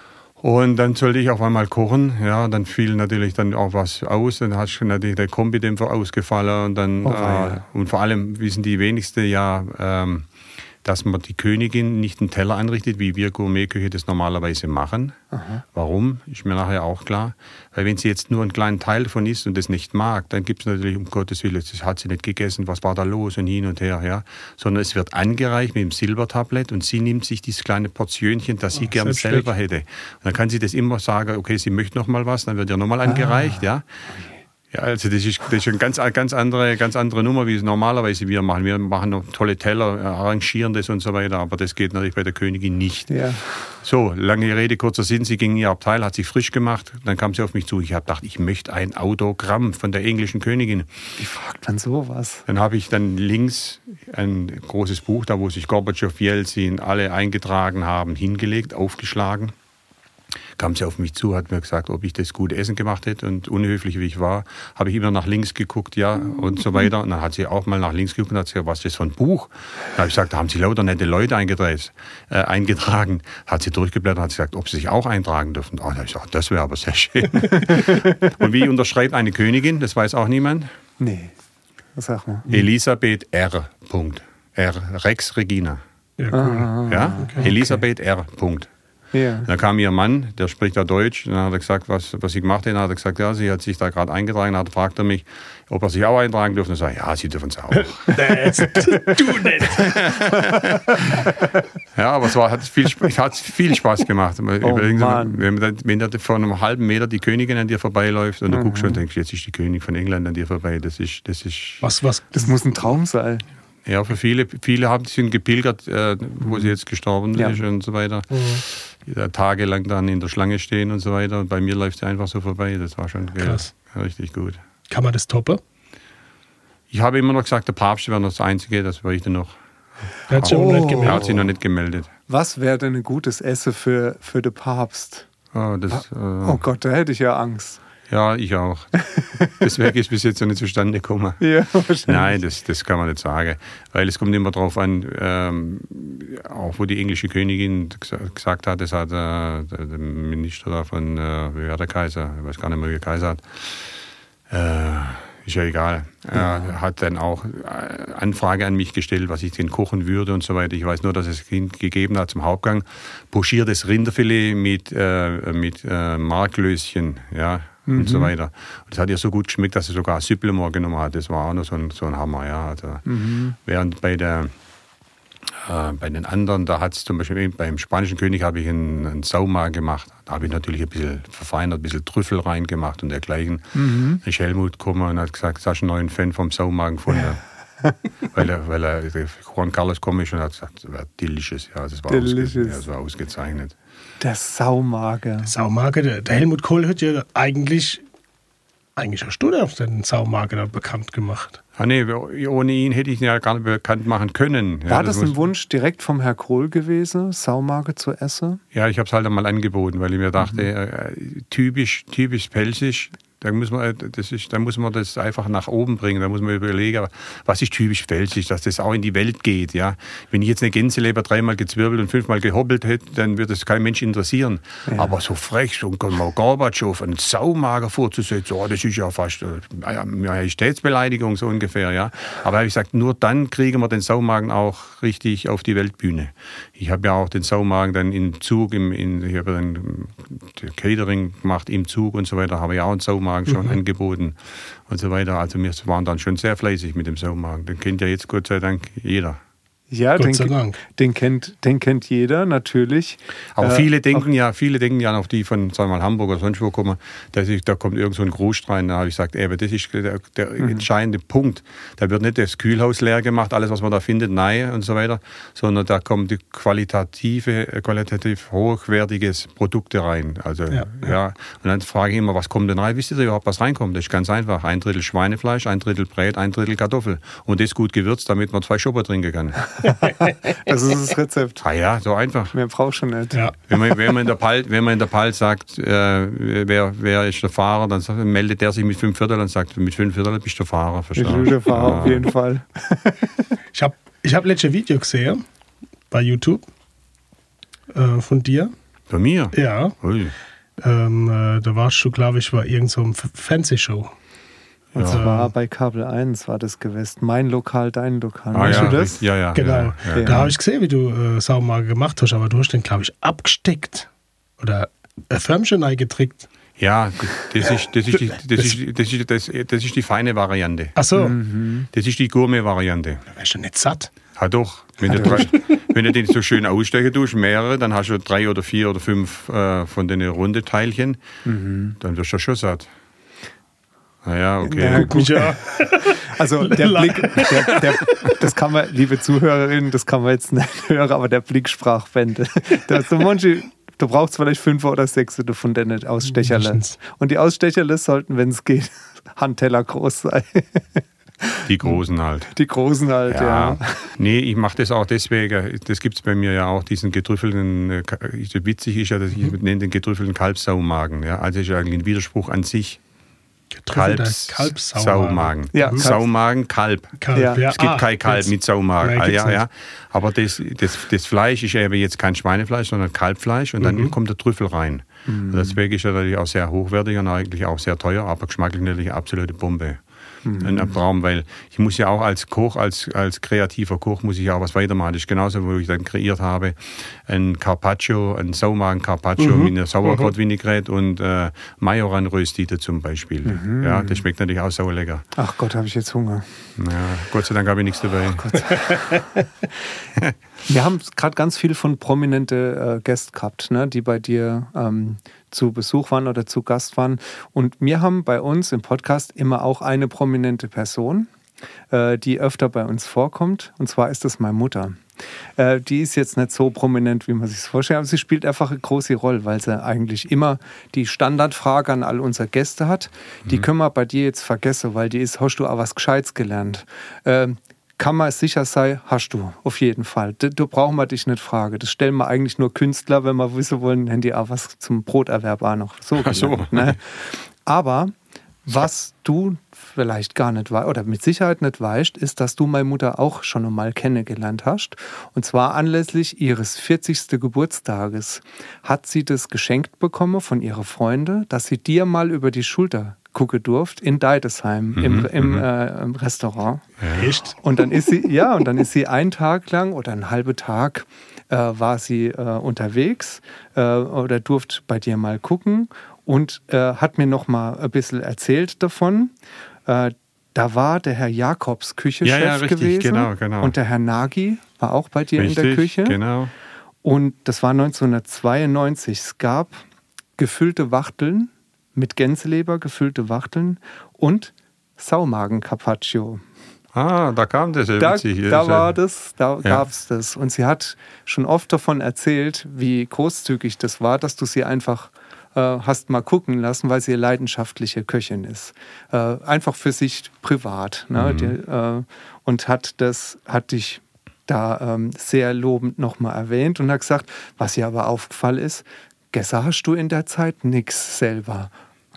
Und dann sollte ich auf einmal kochen. Ja, dann fiel natürlich dann auch was aus. Dann hat natürlich der Kombidämpfer ausgefallen. Und, dann, oh, äh, ja. und vor allem wissen die wenigsten ja, ähm, dass man die Königin nicht einen Teller anrichtet, wie wir Gourmetköche das normalerweise machen. Aha. Warum? Ist mir nachher auch klar. Weil wenn sie jetzt nur einen kleinen Teil davon isst und das nicht mag, dann gibt es natürlich, um Gottes Willen, das hat sie nicht gegessen, was war da los und hin und her. Ja. Sondern es wird angereicht mit dem Silbertablett und sie nimmt sich dieses kleine Portionchen, das sie oh, gern selber hätte. Und dann kann sie das immer sagen, okay, sie möchte noch mal was, dann wird ihr noch mal angereicht. Ah. Ja. Ja, also das ist, das ist eine ganz, ganz, andere, ganz andere Nummer, wie es normalerweise wir machen. Wir machen noch tolle Teller, arrangieren das und so weiter, aber das geht natürlich bei der Königin nicht. Ja. So, lange Rede, kurzer Sinn, sie ging in ihr Abteil, hat sich frisch gemacht, dann kam sie auf mich zu. Ich habe gedacht, ich möchte ein Autogramm von der englischen Königin. Wie fragt man sowas? Dann habe ich dann links ein großes Buch, da wo sich Gorbatschow, Jelzin alle eingetragen haben, hingelegt, aufgeschlagen. Kam sie auf mich zu, hat mir gesagt, ob ich das gute Essen gemacht hätte und unhöflich wie ich war, habe ich immer nach links geguckt, ja, und so weiter. Und dann hat sie auch mal nach links geguckt und hat gesagt, was ist das für ein Buch? Dann habe ich gesagt, da haben sie lauter nette Leute eingetragen. Äh, eingetragen. Hat sie durchgeblättert und hat gesagt, ob sie sich auch eintragen dürfen. Oh, da habe ich gesagt, das wäre aber sehr schön. Und wie unterschreibt eine Königin? Das weiß auch niemand. Nee, sag mal. Elisabeth R. R. Rex Regina. Ja, cool. Ja? Okay. Elisabeth R. Ja. Dann kam ihr Mann, der spricht ja Deutsch, dann hat er gesagt, was, was sie gemacht hat. Dann hat er gesagt, ja, sie hat sich da gerade eingetragen. Dann fragte er mich, ob er sich auch eintragen dürfte. Und ich sage, ja, sie dürfen es auch. Du nicht. Ja, aber es war, hat, viel, hat viel Spaß gemacht. Oh, wenn, wenn da vor einem halben Meter die Königin an dir vorbeiläuft und du mhm. guckst und denkst, jetzt ist die Königin von England an dir vorbei. Das ist, das ist was, was? Das muss ein Traum sein. Ja, für viele, viele haben sind gepilgert, äh, wo sie jetzt gestorben ja. ist und so weiter. Mhm. Ja, tagelang dann in der Schlange stehen und so weiter. Und bei mir läuft sie einfach so vorbei. Das war schon krass. Ja, richtig gut. Kann man das toppen? Ich habe immer noch gesagt, der Papst wäre noch das Einzige, das bräuchte noch. Er hat, oh. nicht er hat sich noch nicht gemeldet. Was wäre denn ein gutes Essen für, für den Papst? Oh, das, äh, oh Gott, da hätte ich ja Angst. Ja, ich auch. Deswegen ist bis jetzt noch nicht zustande gekommen. Ja, Nein, das, das kann man nicht sagen. Weil es kommt immer darauf an, ähm, auch wo die englische Königin gesagt hat, das hat äh, der, der Minister da von, äh, wie war der Kaiser, ich weiß gar nicht mehr, wie der Kaiser hat, äh, ist ja egal. Ja. Er hat dann auch Anfrage an mich gestellt, was ich denn kochen würde und so weiter. Ich weiß nur, dass es gegeben hat zum Hauptgang pochiertes Rinderfilet mit, äh, mit äh, Marklöschen, ja. mhm. und so weiter. Und das hat ihr so gut geschmeckt, dass sie sogar Supplement genommen hat. Das war auch noch so ein, so ein Hammer. Ja. Also, mhm. Während bei der Äh, bei den anderen, da hat es zum Beispiel beim spanischen König habe ich einen, einen Saumagen gemacht. Da habe ich natürlich ein bisschen verfeinert, ein bisschen Trüffel reingemacht und dergleichen. Mhm. Da ist Helmut gekommen und hat gesagt, das ist ein neuer Fan vom Saumagen von der, weil er, weil er Juan Carlos gekommen ist und hat gesagt, das war delicious. Ja, das war, ausge, ja, das war ausgezeichnet. Der Saumagen. Der Saumagen, der, der Helmut Kohl hat ja eigentlich, eigentlich hast du da den Saumagen da bekannt gemacht. Ah, nee, ohne ihn hätte ich ihn ja gar nicht bekannt machen können. War ja, das, das ein Wunsch direkt vom Herrn Kohl gewesen, Saumagen zu essen? Ja, ich habe es halt einmal angeboten, weil ich mir dachte, mhm. äh, typisch, typisch pelzig. Da muss, man, das ist, da muss man das einfach nach oben bringen. Da muss man überlegen, was ist typisch pfälzisch, dass das auch in die Welt geht. Ja? Wenn ich jetzt eine Gänseleber dreimal gezwirbelt und fünfmal gehobbelt hätte, dann würde das kein Mensch interessieren. Ja. Aber so frech, so ein Gorbatschow, einen Saumagen vorzusetzen, oh, das ist ja fast eine Majestätsbeleidigung so ungefähr. Ja? Aber habe ich gesagt, nur dann kriegen wir den Saumagen auch richtig auf die Weltbühne. Ich habe ja auch den Saumagen dann im Zug, im, in, ich habe dann Catering gemacht im Zug und so weiter, habe ich auch einen Saumagen schon mhm. angeboten und so weiter. Also wir waren dann schon sehr fleißig mit dem Saumagen. Den kennt ja jetzt Gott sei Dank jeder. Ja, Gott den, sei Dank. Den, kennt, den kennt jeder, natürlich. Aber äh, viele denken ja, viele denken ja noch, die von, sagen wir mal, Hamburg oder sonst wo kommen, dass ich, da kommt irgend so ein Groß rein. Da habe ich gesagt, ey, das ist der, der mhm. entscheidende Punkt. Da wird nicht das Kühlhaus leer gemacht, alles, was man da findet, nein und so weiter, sondern da kommen die qualitative, qualitativ hochwertiges Produkte rein. Also, ja, ja. ja. Und dann frage ich immer, was kommt denn rein? Wisst ihr überhaupt, was reinkommt? Das ist ganz einfach. Ein Drittel Schweinefleisch, ein Drittel Brät, ein Drittel Kartoffel. Und das gut gewürzt, damit man zwei Schopper trinken kann. Das ist das Rezept. Ah ja, so einfach. Mehr braucht schon nicht. Ja. Wenn, man, wenn, man in der Pal, wenn man in der Pal sagt, äh, wer, wer ist der Fahrer, dann sagt, meldet der sich mit fünf Viertel und sagt, mit fünf Viertel bist du der Fahrer. Ich bin der Fahrer, ja. Auf jeden Fall. Ich habe ich hab letztes Video gesehen bei YouTube äh, von dir. Bei mir? Ja. Ähm, äh, da warst du, glaube ich, bei irgendeiner so Fernsehshow. Und ja. zwar bei Kabel eins war das gewesen. Mein Lokal, dein Lokal. Ah, weißt ja, du das? Ja, ja. Genau. Ja, ja. Da habe ich gesehen, wie du äh, Saumagen gemacht hast, aber du hast den, glaube ich, abgesteckt. Oder ein Förmchen eingetrickt. Ja, das ist, das, ist die, das, ist, das, ist, das, das ist die feine Variante. Ach so. Mhm. Das ist die Gourmet-Variante. Da wärst du nicht satt. Ja doch. Wenn, du, drei, wenn du den so schön ausstechen tust, mehrere, dann hast du drei oder vier oder fünf äh, von den runden Teilchen, mhm. dann wirst du schon satt. Naja, okay. Ja, gut. Ja. Also der Blick, der, der, das kann man, liebe Zuhörerinnen, das kann man jetzt nicht hören, aber der Blick sprach Bände. So manche, du brauchst vielleicht fünf oder sechs von den Ausstecherle. Und die Ausstecherle sollten, wenn es geht, Handteller groß sein. Die Großen halt. Die Großen halt, ja. ja. Nee, ich mache das auch deswegen, das gibt es bei mir ja auch, diesen getrüffelten, witzig ist ja, dass ich mhm. nenne den getrüffelten Kalbssaumagen. Ja, also ist ja eigentlich ein Widerspruch an sich. Kalbs, Kalbssaumagen. Ja, Kalbs. Saumagen, Kalb. Kalb ja. Es gibt ah, kein Kalb jetzt. Mit Saumagen. Ah, ja, ja. Aber das, das, das Fleisch ist eben jetzt kein Schweinefleisch, sondern Kalbfleisch und dann mhm. kommt der Trüffel rein. Mhm. Deswegen ist er natürlich auch sehr hochwertig und eigentlich auch sehr teuer, aber geschmacklich natürlich eine absolute Bombe. Mhm. Ein Traum, weil ich muss ja auch als Koch, als, als kreativer Koch, muss ich ja auch was weitermachen. Das ist genauso, wo ich dann kreiert habe, ein Carpaccio, ein Saumagen Carpaccio mhm. mit einer Sauerkraut-Vinaigrette und äh, Majoran-Röstite zum Beispiel. Mhm. Ja, das schmeckt natürlich auch sauer lecker. Ach Gott, habe ich jetzt Hunger. Ja, Gott sei Dank habe ich nichts dabei. Wir haben gerade ganz viel von prominente äh, Gäste gehabt, ne, die bei dir ähm, zu Besuch waren oder zu Gast waren. Und wir haben bei uns im Podcast immer auch eine prominente Person, äh, die öfter bei uns vorkommt. Und zwar ist das meine Mutter. Äh, die ist jetzt nicht so prominent, wie man sich das vorstellt, aber sie spielt einfach eine große Rolle, weil sie eigentlich immer die Standardfrage an all unsere Gäste hat. Die mhm. können wir bei dir jetzt vergessen, weil die ist, hast du auch was Gescheites gelernt? Äh, Kann man sicher sein, hast du, auf jeden Fall. Da, da brauchen wir dich nicht fragen. Das stellen wir eigentlich nur Künstler, wenn wir wissen wollen, haben die auch was zum Broterwerb auch noch. So, Ach so. Gelernt, ne? Aber was du vielleicht gar nicht weißt, oder mit Sicherheit nicht weißt, ist, dass du meine Mutter auch schon einmal kennengelernt hast. Und zwar anlässlich ihres vierzigsten Geburtstages hat sie das geschenkt bekommen von ihren Freunden, dass sie dir mal über die Schulter gucken durft in Deidesheim mhm, im, im, äh, im Restaurant. Ja. Echt? Und dann ist sie, ja, und dann ist sie einen Tag lang oder einen halben Tag äh, war sie äh, unterwegs äh, oder durfte bei dir mal gucken. und äh, hat mir noch mal ein bisschen erzählt davon. Äh, da war der Herr Jakobs Küchechef ja, ja, richtig, gewesen genau, genau. und der Herr Nagy war auch bei dir richtig, in der Küche. Genau. Und das war neunzehnhundertzweiundneunzig. Es gab gefüllte Wachteln, mit Gänseleber gefüllte Wachteln und Saumagen-Carpaccio. Ah, da kam das. Ja Da, witzig. da war das, da ja. gab es das. Und sie hat schon oft davon erzählt, wie großzügig das war, dass du sie einfach äh, hast mal gucken lassen, weil sie eine leidenschaftliche Köchin ist. Äh, einfach für sich privat. Ne? Mhm. Die, äh, und hat das, hat dich da ähm, sehr lobend nochmal erwähnt und hat gesagt, was ihr aber aufgefallen ist, gestern hast du in der Zeit nichts selber.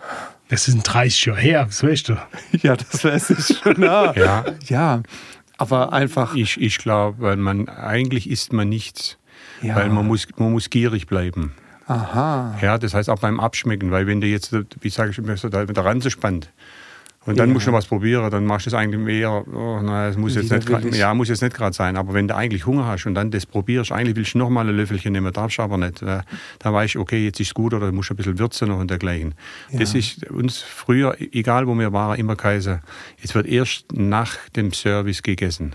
Das ist ein dreißig Jahre her, was weißt du? Ja, das weiß ich schon. Ja, Ja. ja, aber einfach. Ich, ich glaube, weil man eigentlich isst man nichts, Ja. weil man muss, man muss gierig bleiben. Aha. Ja, das heißt auch beim Abschmecken, weil wenn du jetzt, wie sage ich immer, so da mit der Ranze spannt und dann Ja. musst du was probieren, dann machst du es eigentlich eher, oh, na, es muss jetzt nicht, Widerwillig. ja, muss jetzt nicht gerade sein, aber wenn du eigentlich Hunger hast und dann das probierst, eigentlich willst du noch mal ein Löffelchen nehmen, darfst du aber nicht. Da weißt du, okay, jetzt ist es gut oder du musst ein bisschen würzen noch und dergleichen. Ja. Das ist uns früher, egal wo wir waren, immer geheißen, es wird erst nach dem Service gegessen.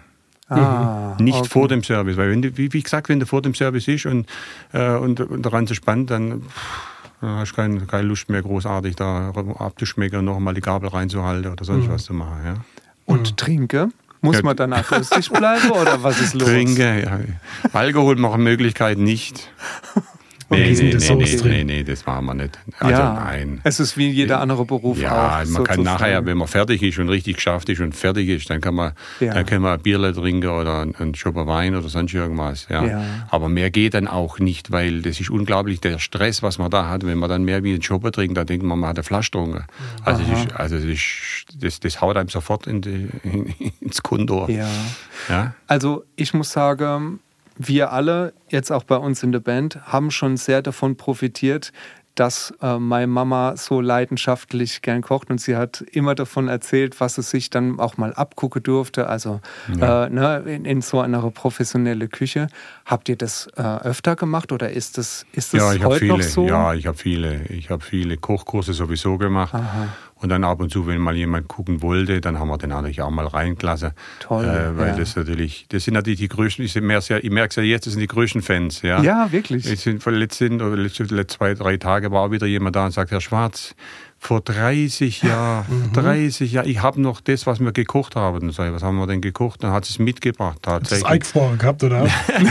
Ah, Nicht okay. vor dem Service, weil wenn du, wie, wie gesagt, wenn du vor dem Service ist und, äh, und, und daran zu spannt, dann pff, dann hast du keine, keine Lust mehr großartig da abzuschmecken und nochmal die Gabel reinzuhalten oder sonst Mhm. was zu machen. Ja. Und trinke? Muss Ja. man danach lustig bleiben oder was ist los? Trinke, ja. Alkohol machen Möglichkeit nicht. Und Nee, diesen nee, nee, Dessous nee, drin. nee, nee, das machen wir nicht. Also ja, nein. es ist wie jeder andere Beruf Ja, auch. man sozusagen. kann nachher, wenn man fertig ist und richtig geschafft ist und fertig ist, dann kann man, Ja. dann kann man ein Bierle trinken oder ein, ein Schopper Wein oder sonst irgendwas. Ja. Ja. Aber mehr geht dann auch nicht, weil das ist unglaublich, der Stress, was man da hat. Wenn man dann mehr wie ein Schopper trinkt, dann denkt man, man hat eine Flasche getrunken. Also, das, ist, also das, ist, das, das haut einem sofort in die, in, ins Kondor. Ja. Ja? Also ich muss sagen, wir alle, jetzt auch bei uns in der Band, haben schon sehr davon profitiert, dass äh, meine Mama so leidenschaftlich gern kocht und sie hat immer davon erzählt, was sie sich dann auch mal abgucken durfte, also Ja. äh, ne, in, in so einer professionelle Küche. Habt ihr das äh, öfter gemacht oder ist das, ist das Ja, ich habe heute viele. noch so? Ja, ich habe viele. Ich habe viele Kochkurse sowieso gemacht. Aha. Und dann ab und zu, wenn mal jemand gucken wollte, dann haben wir den natürlich auch mal reingelassen. Toll, Äh, weil ja. das natürlich, das sind natürlich die größten, ich merke es ja, ich merke es ja jetzt, das sind die größten Fans. Ja, Ja, wirklich. Jetzt sind von letzten oder letzte, letzte zwei, drei Tage war auch wieder jemand da und sagt, Herr Schwarz, vor dreißig Jahren, dreißig Jahren, ich habe noch das, was wir gekocht haben. Und sag ich, was haben wir denn gekocht? Dann hat sie es mitgebracht. Das Tatsächlich. eingefroren gehabt, oder?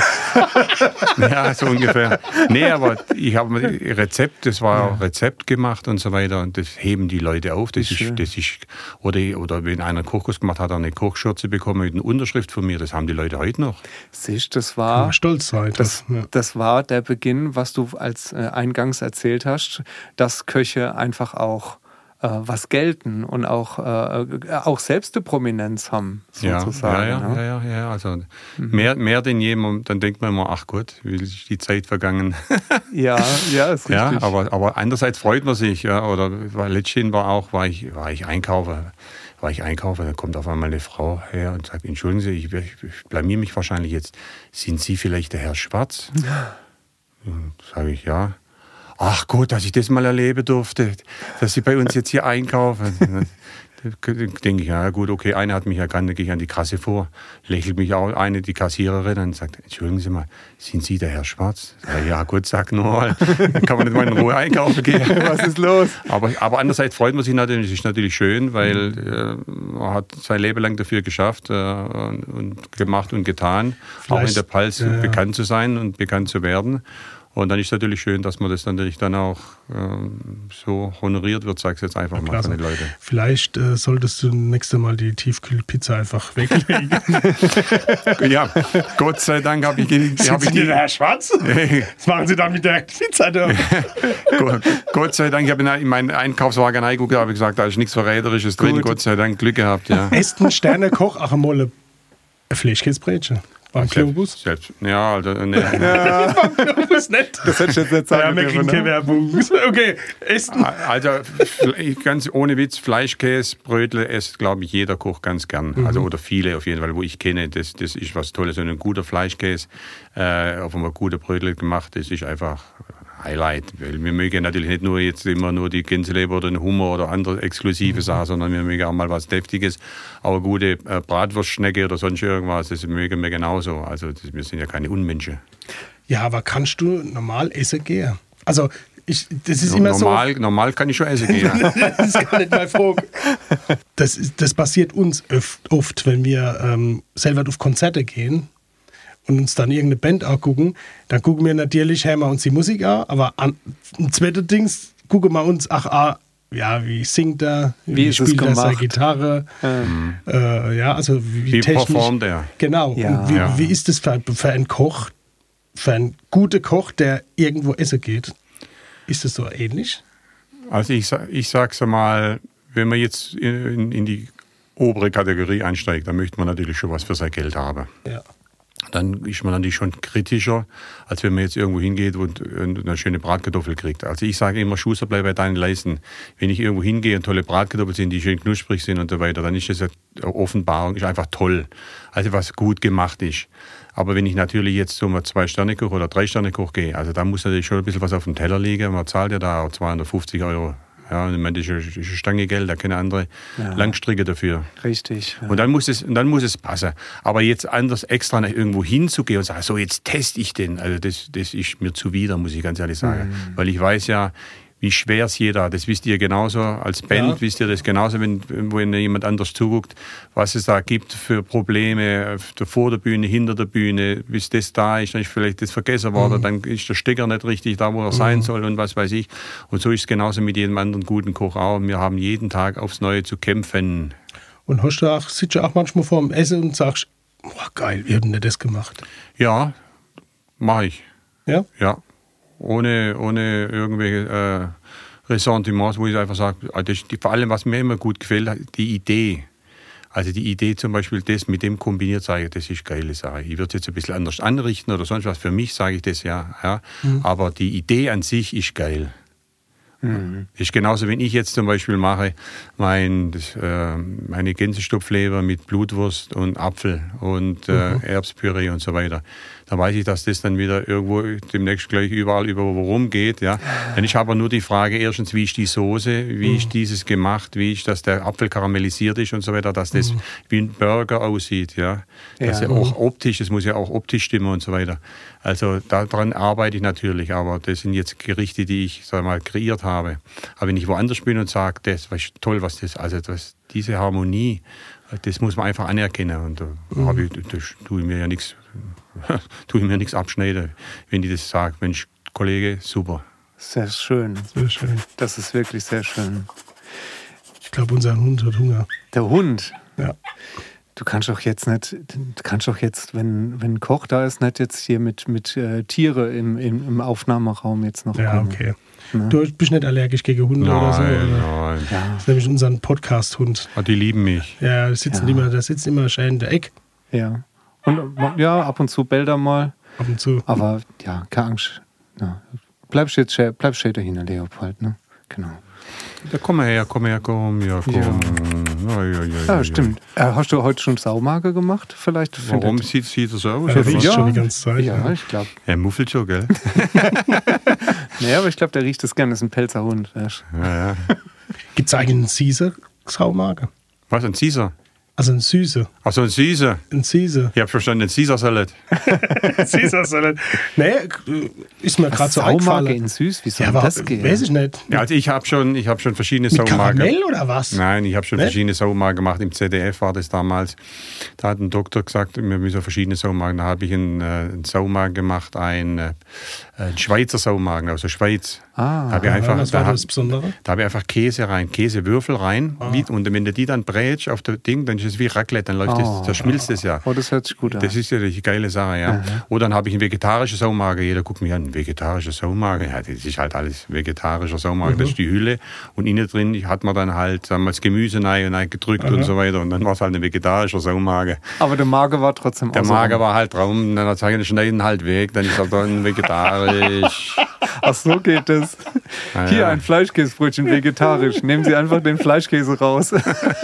Ja, so ungefähr. Nee, aber ich habe Rezept, das war auch Rezept gemacht und so weiter. Und das heben die Leute auf. Das Wie schön. ist, das ist, oder, oder wenn einer einen Kochkurs gemacht hat, hat er eine Kochschürze bekommen mit einer Unterschrift von mir. Das haben die Leute heute noch. Siehst, das Kann war man stolz sein. Das, Das, ja. das war der Beginn, was du als äh, eingangs erzählt hast, dass Köche einfach auch äh, was gelten und auch, äh, auch selbst eine Prominenz haben, Ja, sozusagen. ja, ja, ne? ja, ja, ja. Also mehr, mehr denn je. Dann denkt man immer, ach Gott, wie ist die Zeit vergangen. ja, ja, ist richtig. Ja, aber, aber andererseits freut man sich. Ja, oder weil letztens war auch, war ich, war ich einkaufen. War ich einkaufen, dann kommt auf einmal eine Frau her und sagt, entschuldigen Sie, ich, ich blamier mich wahrscheinlich jetzt. Sind Sie vielleicht der Herr Schwarz? Sage ich, ja. Ach gut, dass ich das mal erleben durfte, dass Sie bei uns jetzt hier einkaufen. Da denke ich, ja gut, okay, eine hat mich erkannt, dann gehe ich an die Kasse vor, lächelt mich auch eine, die Kassiererin, und sagt, entschuldigen Sie mal, sind Sie der Herr Schwarz? Ja, ja gut, sag nur mal, dann kann man nicht mal in Ruhe einkaufen gehen. Was ist los? Aber, aber andererseits freut man sich natürlich, es ist natürlich schön, weil äh, man hat sein Leben lang dafür geschafft äh, und, und gemacht und getan, auch in der Pals ja, ja. bekannt zu sein und bekannt zu werden. Und dann ist es natürlich schön, dass man das natürlich dann auch ähm, so honoriert wird, sag ich jetzt einfach Ja, mal klasse. von den Leuten. Vielleicht äh, solltest du nächste Mal die Tiefkühlpizza einfach weglegen. Ja, Gott sei Dank habe ich, ge- Sind hab ich Sie die, der Herr Schwarz? Was machen Sie da mit der Pizza da? Gott, Gott sei Dank, ich habe in meinen Einkaufswagen reingeguckt, habe gesagt, da ist nichts Verräterisches drin. Gut. Gott sei Dank Glück gehabt, ja. Esten Sternekoch, ach einmal ein Fleischkäsebrätchen. Beim Globus? Selbst, ja, also, nee. Beim Globus nicht. Das hätte ich jetzt nicht Ja, sagen wir kriegen dürfen. keine Ne? Werbung. Okay, Esten. Also ganz ohne Witz, Fleischkäse, Brötle isst, glaube ich, jeder Koch ganz gern. Mhm. Also oder viele auf jeden Fall, wo ich kenne, das, das ist was Tolles. Und ein guter Fleischkäse, äh, auf einmal gute Brötle gemacht, das ist einfach Highlight. Weil wir mögen natürlich nicht nur jetzt immer nur die Gänseleber oder den Hummer oder andere exklusive mhm. Sachen, sondern wir mögen auch mal was Deftiges. Aber gute äh, Bratwurstschnecke oder sonst irgendwas, das mögen wir genauso. Also das, wir sind ja keine Unmenschen. Ja, aber kannst du normal essen gehen? Also ich, das ist no, immer normal, so. Normal kann ich schon essen gehen. Das ist gar nicht mein Frage. Das, das passiert uns oft, oft wenn wir ähm, selber auf Konzerte gehen und uns dann irgendeine Band angucken, dann gucken wir natürlich, hören wir uns die Musik an, aber an, ein zweites Dings gucken wir uns, ach, ah, ja, wie singt er, wie, wie spielt er seine Gitarre, ähm. äh, ja, also wie, wie technisch. performt er. Genau, ja. und wie, ja. wie ist das für, für einen Koch, für einen guten Koch, der irgendwo essen geht? Ist das so ähnlich? Also ich, ich sag's mal, wenn man jetzt in, in die obere Kategorie einsteigt, dann möchte man natürlich schon was für sein Geld haben. Ja. Dann ist man natürlich schon kritischer, als wenn man jetzt irgendwo hingeht und eine schöne Bratkartoffel kriegt. Also ich sage immer, Schuster, bleib bei deinen Leisten. Wenn ich irgendwo hingehe und tolle Bratkartoffeln sind, die schön knusprig sind und so weiter, dann ist das eine Offenbarung, ist einfach toll. Also was gut gemacht ist. Aber wenn ich natürlich jetzt zum Zwei-Sterne-Koch oder Drei-Sterne-Koch gehe, also da muss natürlich schon ein bisschen was auf dem Teller liegen. Man zahlt ja da auch zweihundertfünfzig Euro. Ja, und ich meine, das ist eine Stange Geld, da keine andere ja. Langstricke dafür. Richtig. Ja. Und dann muss es, und dann muss es passen. Aber jetzt anders extra nach irgendwo hinzugehen und sagen, so jetzt teste ich den, also das, das ist mir zuwider, muss ich ganz ehrlich sagen. Mhm. Weil ich weiß ja, wie schwer es jeder, das wisst ihr genauso als Band, ja. wisst ihr das genauso, wenn, wenn jemand anders zuguckt, was es da gibt für Probleme vor der Bühne, hinter der Bühne, bis das da ist, dann ist vielleicht das vergessen worden, mhm. dann ist der Stecker nicht richtig da, wo er mhm. sein soll und was weiß ich. Und so ist es genauso mit jedem anderen guten Koch auch. Wir haben jeden Tag aufs Neue zu kämpfen. Und hast du auch, sitzt du auch manchmal vor dem Essen und sagst, oh, geil, wir haben das gemacht? Ja, mache ich. Ja? Ja. Ohne, ohne irgendwelche äh, Ressentiments, wo ich einfach sage, vor allem, was mir immer gut gefällt, die Idee. Also die Idee zum Beispiel, das mit dem kombiniert, sage ich, das ist eine geile Sache. Ich würde es jetzt ein bisschen anders anrichten oder sonst was. Für mich sage ich das ja. ja. Mhm. Aber die Idee an sich ist geil. Mhm. Das ist genauso, wenn ich jetzt zum Beispiel mache, mein, das, äh, meine Gänsestopfleber mit Blutwurst und Apfel und äh, mhm. Erbspüree und so weiter. Da weiß ich, dass das dann wieder irgendwo demnächst gleich überall über rum geht. Ja. Dann ist aber nur die Frage, erstens, wie ist die Soße, wie mhm. ist dieses gemacht, wie ist, dass der Apfel karamellisiert ist und so weiter, dass das mhm. wie ein Burger aussieht. Ja. Dass ja. er auch optisch, das muss ja auch optisch stimmen und so weiter. Also daran arbeite ich natürlich, aber das sind jetzt Gerichte, die ich, sag mal, kreiert habe. Aber wenn ich woanders bin und sage, das war toll, was das, also das, diese Harmonie, das muss man einfach anerkennen. Und da mhm. ich, das tue ich mir ja nichts, tue ich mir nichts abschneiden, wenn die das sagen. Mensch, Kollege, super. Sehr schön. Sehr schön. Das ist wirklich sehr schön. Ich glaube, unser Hund hat Hunger. Der Hund? Ja. Du kannst doch jetzt nicht, du kannst doch jetzt, wenn, wenn ein Koch da ist, nicht jetzt hier mit, mit äh, Tiere im, im, im Aufnahmeraum jetzt noch Ja, kommen. okay. Ne? Du bist nicht allergisch gegen Hunde nein, oder so? Oder? Nein, ja. Das ist nämlich unser Podcast-Hund. Oh, die lieben mich. Ja, der sitzt, ja. Immer, der sitzt immer schön in der Ecke. Ja. Und ja, ab und zu bellt er mal. Ab und zu. Aber ja, keine Angst. Ja. Bleibst jetzt bleib schön dahinter, Leopold, ne? Genau. Ja, komm her, komm her, komm, ja, komm. Ja, ja, ja, ja, ja stimmt. Ja. Hast du heute schon Saumager gemacht? Vielleicht. Warum sieht, sieht er so aus? Er riecht ja. schon die ganze Zeit. Ja, ja. ich glaube. Er muffelt schon, gell? Naja, aber ich glaube, der riecht das gerne. Das ist ein Pelzerhund. Ja, ja. Gibt es eigentlich einen Caesar-Saumager? Was, ein Caesar? Also ein Süße. Ach so, ein Caesar. Ein Caesar. Ich habe verstanden, ein Caesar-Salat. Caesar-Salat. Nee, ist mir gerade so eingefallen. Saumager in süß? Wie soll ja, das gehen? Weiß ich nicht. Ja, also ich habe schon, hab schon verschiedene Mit Saumager. Karamell oder was? Nein, ich habe schon nee? verschiedene Saumager gemacht. Im Z D F war das damals. Da hat ein Doktor gesagt, wir müssen verschiedene Saumagen. Da habe ich einen, äh, einen Saumagen gemacht, einen, äh, einen Schweizer Saumagen aus der Schweiz. Ah, da habe ich einfach, was da war hab, das Besondere? Da habe ich einfach Käse rein, Käsewürfel rein. Ah. Wie, und wenn du die dann brätst auf das Ding, dann ist es wie Raclette, dann läuft oh. das, da schmilzt es ja. Oh, das hört sich gut an. Das ist ja die geile Sache, ja. Mhm. Oder dann habe ich einen vegetarischen Saumagen. Jeder guckt mich an, ein vegetarischer Saumagen. Ja, das ist halt alles vegetarischer Saumagen. Mhm. Das ist die Hülle. Und innen drin hat man dann halt sagen wir, das Gemüse rein und rein gedrückt mhm. und so weiter. Und dann war es halt ein vegetarischer Saumagen. Aber der Magen war trotzdem Der Magen war halt Traum. Dann sage ich, schneiden halt weg. Dann ist er dann vegetarisch. Ach, so geht das. Ah, Hier ja. ein Fleischkäsebrötchen vegetarisch. Nehmen Sie einfach den Fleischkäse raus.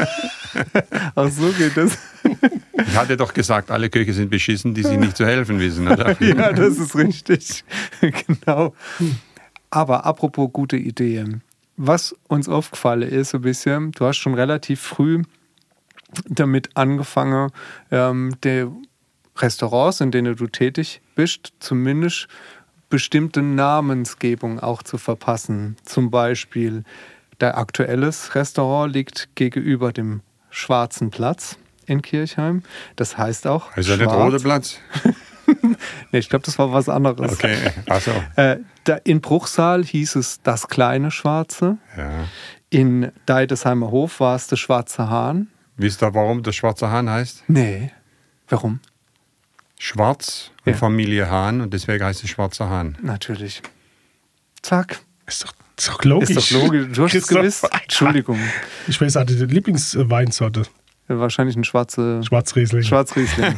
Ach, so geht das. Ich hatte doch gesagt, alle Köche sind beschissen, die sich nicht zu helfen wissen, oder? Ja, das ist richtig. Genau. Aber apropos gute Ideen. Was uns aufgefallen ist, ein bisschen, du hast schon relativ früh damit angefangen, ähm, die Restaurants, in denen du tätig bist, zumindest bestimmte Namensgebung auch zu verpassen. Zum Beispiel, dein aktuelles Restaurant liegt gegenüber dem Schwarzen Platz in Kirchheim. Das heißt auch Ist ja nicht Rote Platz? Nee, ich glaube, das war was anderes. Okay, achso. Äh, da, in Bruchsal hieß es das kleine Schwarze. Ja. In Deidesheimer Hof war es der Schwarze Hahn. Wisst ihr, warum der Schwarze Hahn heißt? Nee. Warum? Schwarz und Ja. Familie Hahn und deswegen heißt es Schwarzer Hahn. Natürlich. Zack. Ist doch, ist doch logisch. Ist doch logisch. Du hast es Christoph, gewiss. Entschuldigung. Ich weiß, hatte die Lieblingsweinsorte. Wahrscheinlich ein schwarze Schwarzriesling. Schwarzriesling.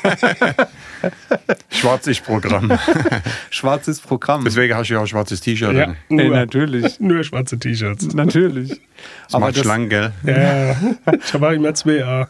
Schwarz ist Programm. Schwarzes Programm. Deswegen hast du ja auch ein schwarzes T-Shirt. Ja, an. Ey, nur, natürlich. nur schwarze T-Shirts. Natürlich. Das macht schlank, gell? Ja, ich habe immer zwei Jahre.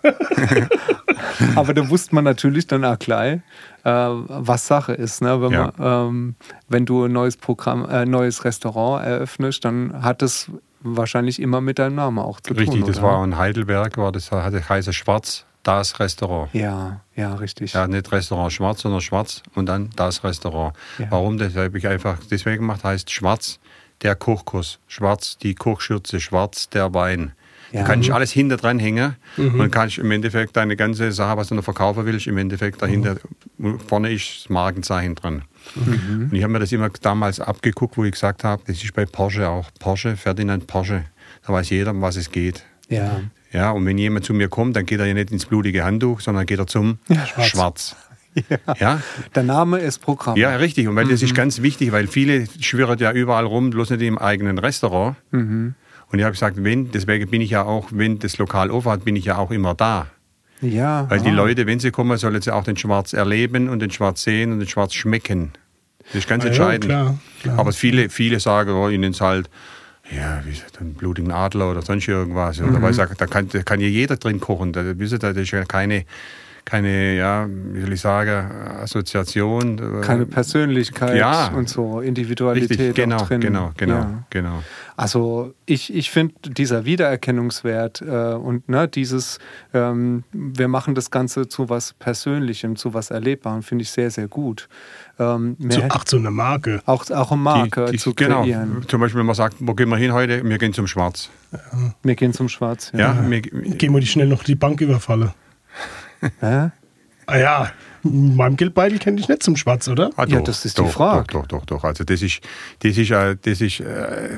Aber da wusste man natürlich dann auch gleich, äh, was Sache ist. Ne? Wenn, Ja. man, ähm, wenn du ein neues Programm, äh, neues Restaurant eröffnest, dann hat es wahrscheinlich immer mit deinem Namen auch zu Richtig, tun. das oder? war in Heidelberg, war das hatte heiße Schwarz, das Restaurant. Ja, ja, richtig. Ja, nicht Restaurant Schwarz, sondern Schwarz und dann das Restaurant. Ja. Warum? Das habe ich einfach deswegen gemacht, heißt Schwarz, der Kochkurs, Schwarz, die Kochschürze, Schwarz, der Wein. Ja. Da kann ich alles hinter dran hängen und kann ich im Endeffekt deine ganze Sache, was du noch verkaufen willst, im Endeffekt dahinter, vorne ist das Markenzeichen dran. Mhm. Und ich habe mir das immer damals abgeguckt, wo ich gesagt habe, das ist bei Porsche auch. Porsche, Ferdinand Porsche. Da weiß jeder, um was es geht. Ja. Ja, und wenn jemand zu mir kommt, dann geht er ja nicht ins blutige Handtuch, sondern geht er zum Schwarz. Schwarz. Ja. Ja? Der Name ist Programm. Ja, richtig. Und weil das ist ganz wichtig, weil viele schwirren ja überall rum, bloß nicht im eigenen Restaurant. Mhm. Und ich habe gesagt, wenn, deswegen bin ich ja auch, wenn das Lokal offen hat, bin ich ja auch immer da. Ja. Weil die ah. Leute, wenn sie kommen, sollen sie auch den Schwarz erleben und den Schwarz sehen und den Schwarz schmecken. Das ist ganz Ah, ja, entscheidend. klar, klar. Aber viele, viele sagen, oh, ich nenne es halt, ja, wie ist das, einen blutigen Adler oder sonst irgendwas. Oder weil ich sage, da kann, da kann ja jeder drin kochen. Da, wisst ihr, das ist ja keine, keine, ja, wie soll ich sagen, Assoziation. Keine Persönlichkeit Ja. und so, Individualität Richtig, genau, auch drin. genau, genau, Ja. genau. Also ich, ich finde dieser Wiedererkennungswert äh, und ne, dieses, ähm, wir machen das Ganze zu was Persönlichem, zu was Erlebbarem, finde ich sehr, sehr gut. Ähm, So, mehr, ach, so eine Marke. auch, auch eine Marke Die- die- zu genau. kreieren. Zum Beispiel, wenn man sagt, wo gehen wir hin heute? Wir gehen zum Schwarz. Wir gehen zum Schwarz. Ja, wir, Gehen wir die schnell noch die Bank überfallen. Hä? Ah ja, in meinem Geldbeutel kenne ich nicht zum Schwarz, oder? Ah, Ja, doch, das ist die doch, Frage. Doch, doch, doch, doch. Also das ist, das ist, äh, das ist äh,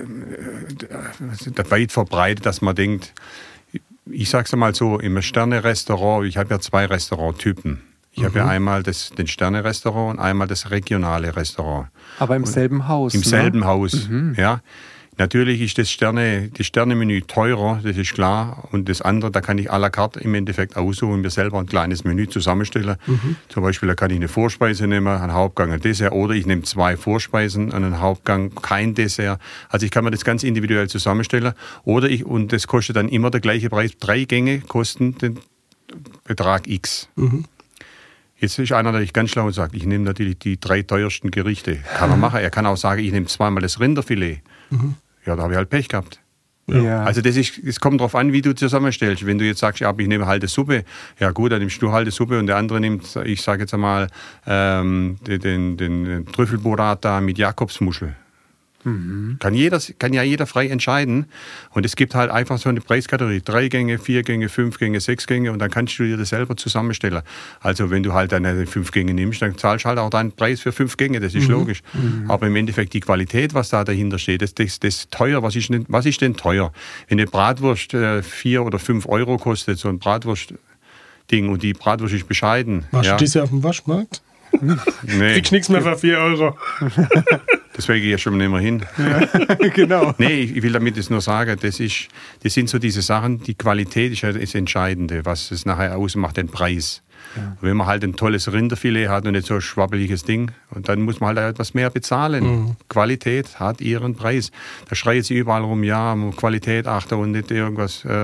äh, weit verbreitet, dass man denkt, ich sag's mal so, im Sterne-Restaurant, ich habe ja zwei Restauranttypen. Ich habe ja einmal das, den Sterne-Restaurant und einmal das regionale Restaurant. Aber im selben Haus. Im ne? selben Haus, ja. Natürlich ist das Sterne, das Sternemenü teurer, das ist klar. Und das andere, da kann ich à la carte im Endeffekt aussuchen, mir selber ein kleines Menü zusammenstellen. Zum Beispiel, da kann ich eine Vorspeise nehmen, einen Hauptgang, ein Dessert. Oder ich nehme zwei Vorspeisen, einen Hauptgang, kein Dessert. Also ich kann mir das ganz individuell zusammenstellen. Oder ich, und das kostet dann immer der gleiche Preis. Drei Gänge kosten den Betrag X. Jetzt ist einer natürlich ganz schlau und sagt, ich nehme natürlich die drei teuersten Gerichte. Kann er machen. Er kann auch sagen, ich nehme zweimal das Rinderfilet. Ja, da habe ich halt Pech gehabt. Ja. Also das ist, es kommt darauf an, wie du zusammenstellst. Wenn du jetzt sagst, ja, aber ich nehme halt eine Suppe, ja gut, dann nimmst du halt eine Suppe und der andere nimmt, ich sage jetzt einmal, ähm, den, den, den Trüffelburrata mit Jakobsmuschel. Kann, jeder, kann ja jeder frei entscheiden. Und es gibt halt einfach so eine Preiskategorie. Drei Gänge, vier Gänge, fünf Gänge, sechs Gänge und dann kannst du dir das selber zusammenstellen. Also wenn du halt deine fünf Gänge nimmst, dann zahlst du halt auch deinen Preis für fünf Gänge, das ist logisch. Aber im Endeffekt die Qualität, was da dahinter steht, das, das, das teuer, was ist, denn, was ist denn teuer? Wenn eine Bratwurst äh, vier oder fünf Euro kostet, so ein Bratwurst-Ding und die Bratwurst ist bescheiden. Warst ja. du dieses Jahr auf dem Waschmarkt? Nee, Kriegst nichts mehr für vier Euro. deswegen gehe ich schon nicht mehr hin. Genau. Nee, ich will damit jetzt nur sagen, das, ist, das sind so diese Sachen, die Qualität ist ja das Entscheidende, was es nachher ausmacht, den Preis. Ja. Wenn man halt ein tolles Rinderfilet hat und nicht so ein schwabbeliges Ding, und dann muss man halt etwas mehr bezahlen. Mhm. Qualität hat ihren Preis. Da schreien sie überall rum, ja, Qualität achten und nicht irgendwas. Äh,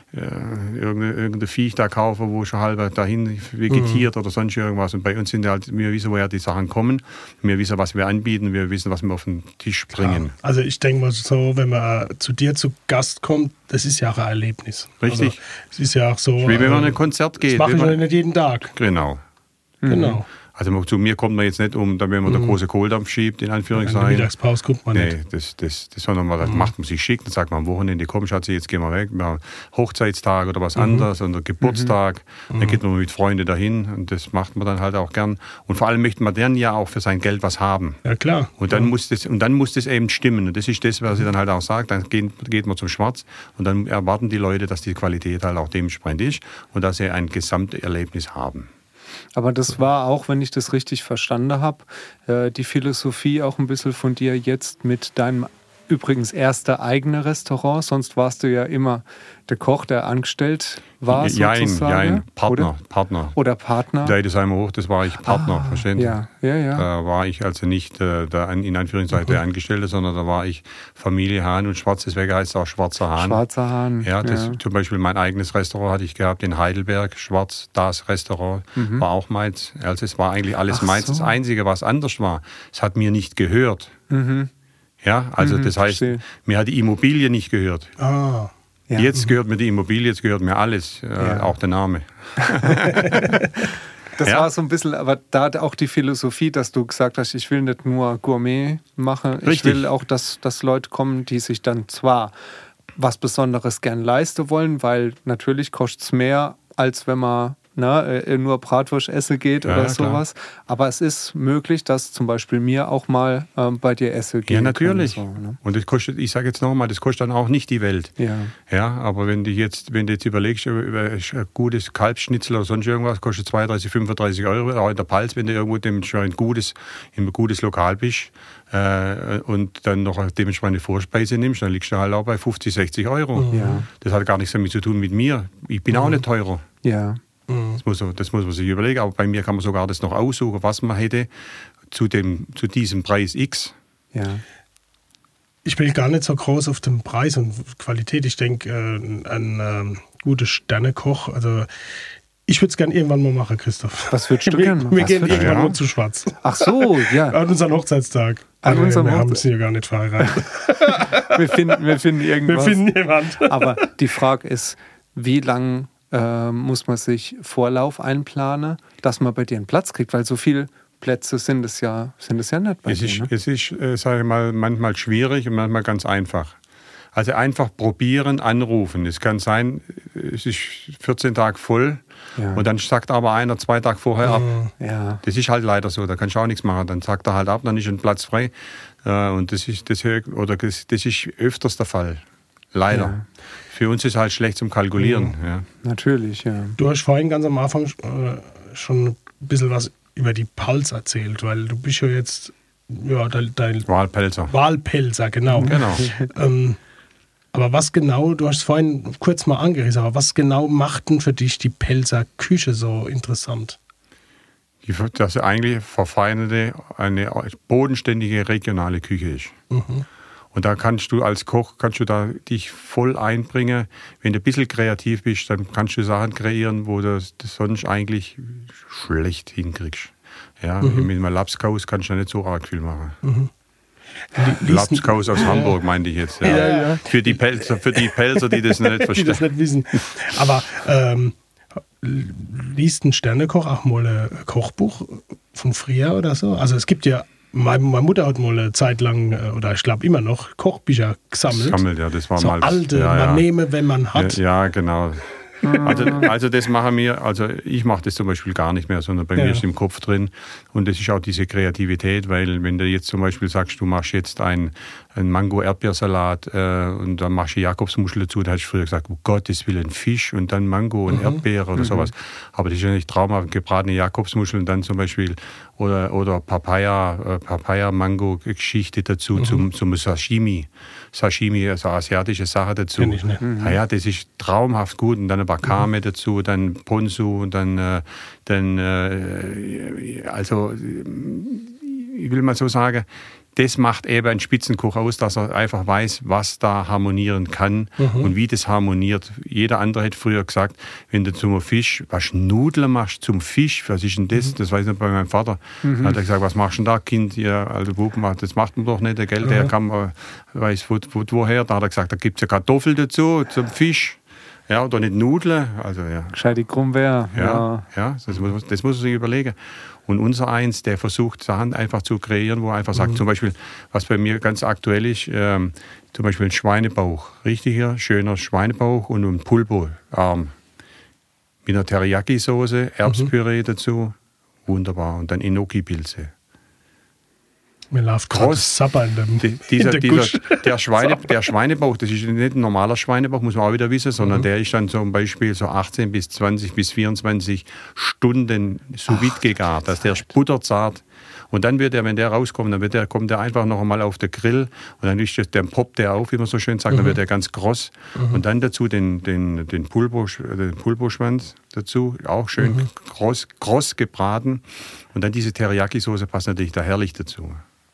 äh, irgendein, irgendein Viech da kaufen, wo schon halber dahin vegetiert mhm. oder sonst irgendwas. Und bei uns sind halt, wir wissen, woher die Sachen kommen, wir wissen, was wir anbieten, wir wissen, was wir auf den Tisch bringen. Ja. Also ich denke mal so, wenn man zu dir zu Gast kommt, das ist ja auch ein Erlebnis. Richtig. Also, es ist ja auch so. Wie wenn man in ein Konzert geht. Das mache ich ja nicht jeden Tag. Genau. Mhm. Genau. Also zu mir kommt man jetzt nicht um, wenn man mhm. der große Kohldampf schiebt, in Anführungszeichen. In der Mittagspause kommt man nee, nicht. das, das, das, sondern man mhm. macht man sich schick, dann sagt man am Wochenende, komm Schatzi, jetzt gehen wir weg, wir haben Hochzeitstag oder was mhm. anderes oder Geburtstag, mhm. dann geht man mit Freunden dahin und das macht man dann halt auch gern. Und vor allem möchte man dann ja auch für sein Geld was haben. Ja, klar. Und dann, ja. muss, das, und dann muss das eben stimmen und das ist das, was sie dann halt auch sagt, dann geht, geht man zum Schwarz und dann erwarten die Leute, dass die Qualität halt auch dementsprechend ist und dass sie ein Gesamterlebnis haben. Aber das war auch, wenn ich das richtig verstanden habe, äh, die Philosophie auch ein bisschen von dir jetzt mit deinem übrigens erste eigene Restaurant. Sonst warst du ja immer der Koch, der angestellt war, jein, sozusagen. Jein, Partner, oder? Partner. Oder Partner. Der Designer hoch, das war ich Partner, ah, verstehen Sie? Ja, ja, ja. Da war ich also nicht äh, der, in Anführungszeichen der Angestellte, sondern da war ich Familie Hahn und Schwarz, deswegen heißt es auch Schwarzer Hahn. Schwarzer Hahn. Ja, das, ja. Zum Beispiel mein eigenes Restaurant hatte ich gehabt in Heidelberg, Schwarz, das Restaurant, mhm. war auch meins. Also es war eigentlich alles Ach meins. so. Das Einzige, was anders war, es hat mir nicht gehört. Mhm. Ja, also mhm, das heißt, verstehe. mir hat die Immobilie nicht gehört. Ah. Ja. Jetzt mhm. gehört mir die Immobilie, jetzt gehört mir alles, äh, ja. auch der Name. Das ja. war so ein bisschen, aber da hat auch die Philosophie, dass du gesagt hast, ich will nicht nur Gourmet machen, Richtig. ich will auch, dass, dass Leute kommen, die sich dann zwar was Besonderes gern leisten wollen, weil natürlich kostet es mehr, als wenn man ne, nur Bratwurst essen geht ja, oder ja, sowas. Aber es ist möglich, dass zum Beispiel mir auch mal ähm, bei dir essen gehen Ja, natürlich. kann, so, ne? Und das kostet, ich sage jetzt nochmal, das kostet dann auch nicht die Welt. Ja. Ja, aber wenn du jetzt, wenn du jetzt überlegst, über ein gutes Kalbsschnitzel oder sonst irgendwas, kostet zweiunddreißig, fünfunddreißig Euro, auch in der Palz, wenn du irgendwo dementsprechend gutes, in ein gutes Lokal bist äh, und dann noch dementsprechend eine Vorspeise nimmst, dann liegst du halt auch bei fünfzig, sechzig Euro. Ja. Das hat gar nichts damit zu tun mit mir. Ich bin mhm. auch nicht teurer. Ja. Das muss, das muss man sich überlegen. Aber bei mir kann man sogar das noch aussuchen, was man hätte zu, dem, zu diesem Preis X. Ja. Ich will gar nicht so groß auf den Preis und Qualität. Ich denke, äh, ein äh, guter Sternekoch, also ich würde es gerne irgendwann mal machen, Christoph. Was würdest du wir, gerne machen? Wir Was gehen würdest- irgendwann Ja. mal zu Schwarz. Ach so, ja. An unseren Hochzeitstag. An Also, unserem wir haben Hochze- sie ja gar nicht verheiratet. Wir finden, wir finden Wir irgendwas. finden jemand. Aber die Frage ist, wie lang äh, muss man sich Vorlauf einplanen, dass man bei dir einen Platz kriegt? Weil so viele Plätze sind es ja, sind es ja nicht bei Es dir. ist, Ne? es ist äh, sage ich mal, manchmal schwierig und manchmal ganz einfach. Also einfach probieren, anrufen. Es kann sein, es ist vierzehn Tage voll Ja. und dann sagt aber einer zwei Tage vorher ab. Ja. Das ist halt leider so, da kannst du auch nichts machen. Dann sagt er halt ab, dann ist ein Platz frei. Äh, Und das ist, das, oder das, das ist öfters der Fall. Leider. Ja. Für uns ist halt schlecht zum Kalkulieren. Ja. Natürlich, ja. Du hast vorhin ganz am Anfang äh, schon ein bisschen was über die Palz erzählt, weil du bist ja jetzt ja, dein, dein Wahlpelzer. Wahlpelzer, genau. Genau. ähm, aber was genau, du hast es vorhin kurz mal angerissen, aber was genau macht denn für dich die Pelzer Küche so interessant? Die, dass sie eigentlich verfeinerte, eine bodenständige regionale Küche ist. Mhm. Und da kannst du als Koch, kannst du da dich voll einbringen. Wenn du ein bisschen kreativ bist, dann kannst du Sachen kreieren, wo du das sonst eigentlich schlecht hinkriegst. Ja, Mhm. mit einem Lapskaus kannst du nicht so arg viel machen. Mhm. Lapskaus aus Hamburg meinte ich jetzt. Ja. Ja, ja. Für, die Pelzer, für die Pelzer, die das nicht Die verstehen. das nicht wissen. Aber ähm, liest ein Sternekoch auch mal ein Kochbuch von früher oder so? Also es gibt ja, meine, meine Mutter hat mal eine Zeit lang, äh, oder ich glaube immer noch, Kochbücher gesammelt. Sammelt, ja, das war So mal alte, ja, man ja. nehme, wenn man hat. Ja, ja, genau. Also, also das machen wir, also ich mache das zum Beispiel gar nicht mehr, sondern bei Ja. mir ist im Kopf drin und das ist auch diese Kreativität, weil wenn du jetzt zum Beispiel sagst, du machst jetzt einen, einen Mango-Erdbeersalat äh, und dann machst du Jakobsmuschel dazu, da hast du früher gesagt, um Gottes Willen, Fisch und dann Mango und Mhm. Erdbeere oder Mhm. sowas. Aber das ist ja nicht traumhaft, gebratene Jakobsmuscheln dann zum Beispiel oder, oder Papaya, äh, Papaya-Mango-Geschichte dazu Mhm. zum, zum Sashimi. Sashimi, also asiatische Sache dazu. Kenn ich nicht. Ah ja, das ist traumhaft gut. Und dann ein Wakame dazu, dann Ponzu und dann, äh, dann äh, also ich will mal so sagen, das macht eben einen Spitzenkoch aus, dass er einfach weiß, was da harmonieren kann mhm. und wie das harmoniert. Jeder andere hätte früher gesagt, wenn du zum Fisch, was Nudeln machst zum Fisch, was ist denn das? Mhm. Das weiß ich nicht bei meinem Vater. Mhm. Hat er gesagt, was machst du denn da, Kind? Ja, also Buben, das macht man doch nicht, der Geld, mhm. der kann man, weiß wo, wo, woher. Da hat er gesagt, da gibt es ja Kartoffeln dazu zum Fisch. Ja, oder nicht Nudeln. Also, ja. Gescheit die Krummwehr. Ja, ja. ja das, muss, das muss man sich überlegen. Und unser Eins, der versucht, Sachen einfach zu kreieren, wo er einfach sagt, mhm. zum Beispiel, was bei mir ganz aktuell ist, ähm, zum Beispiel ein Schweinebauch. Richtiger, schöner Schweinebauch und ein Pulpo-Arm. Mit einer Teriyaki-Soße, Erbspüree mhm. dazu. Wunderbar. Und dann Enoki-Pilze. Mir läuft gerade Sapper in dem Die, dieser, in der, dieser, der, Schweine, der Schweinebauch, das ist nicht ein normaler Schweinebauch, muss man auch wieder wissen, sondern mhm. der ist dann zum Beispiel so achtzehn bis zwanzig bis vierundzwanzig Stunden sous vide gegart, dass der ist butterzart. Und dann wird er, wenn der rauskommt, dann wird der, kommt der einfach noch einmal auf den Grill und dann ist das, dann poppt der auf, wie man so schön sagt, mhm. dann wird der ganz kross. Mhm. Und dann dazu den, den, den, Pulpo, den Pulposchwanz dazu, auch schön mhm. kross, kross gebraten. Und dann diese Teriyaki-Soße passt natürlich da herrlich dazu.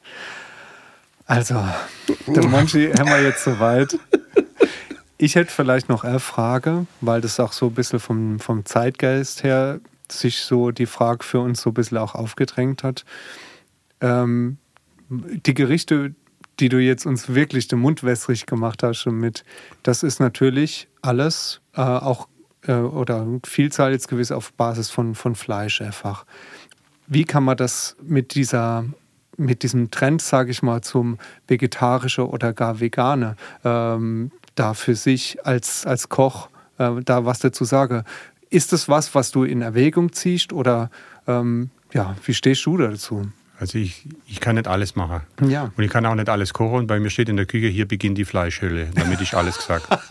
Also, der Monchi haben wir jetzt soweit. Ich hätte vielleicht noch eine Frage, weil das auch so ein bisschen vom, vom Zeitgeist her sich so die Frage für uns so ein bisschen auch aufgedrängt hat. Ähm, die Gerichte, die du jetzt uns wirklich den Mund wässrig gemacht hast mit, das ist natürlich alles äh, auch äh, oder Vielzahl jetzt gewiss auf Basis von, von Fleisch einfach. Wie kann man das mit dieser mit diesem Trend, sage ich mal, zum Vegetarische oder gar Vegane, ähm, da für sich als, als Koch äh, da was dazu sage. Ist das was, was du in Erwägung ziehst oder ähm, ja, wie stehst du dazu? Also ich, ich kann nicht alles machen. Ja. Und ich kann auch nicht alles kochen. Und bei mir steht in der Küche, hier beginnt die Fleischhölle, damit ich alles gesagt habe.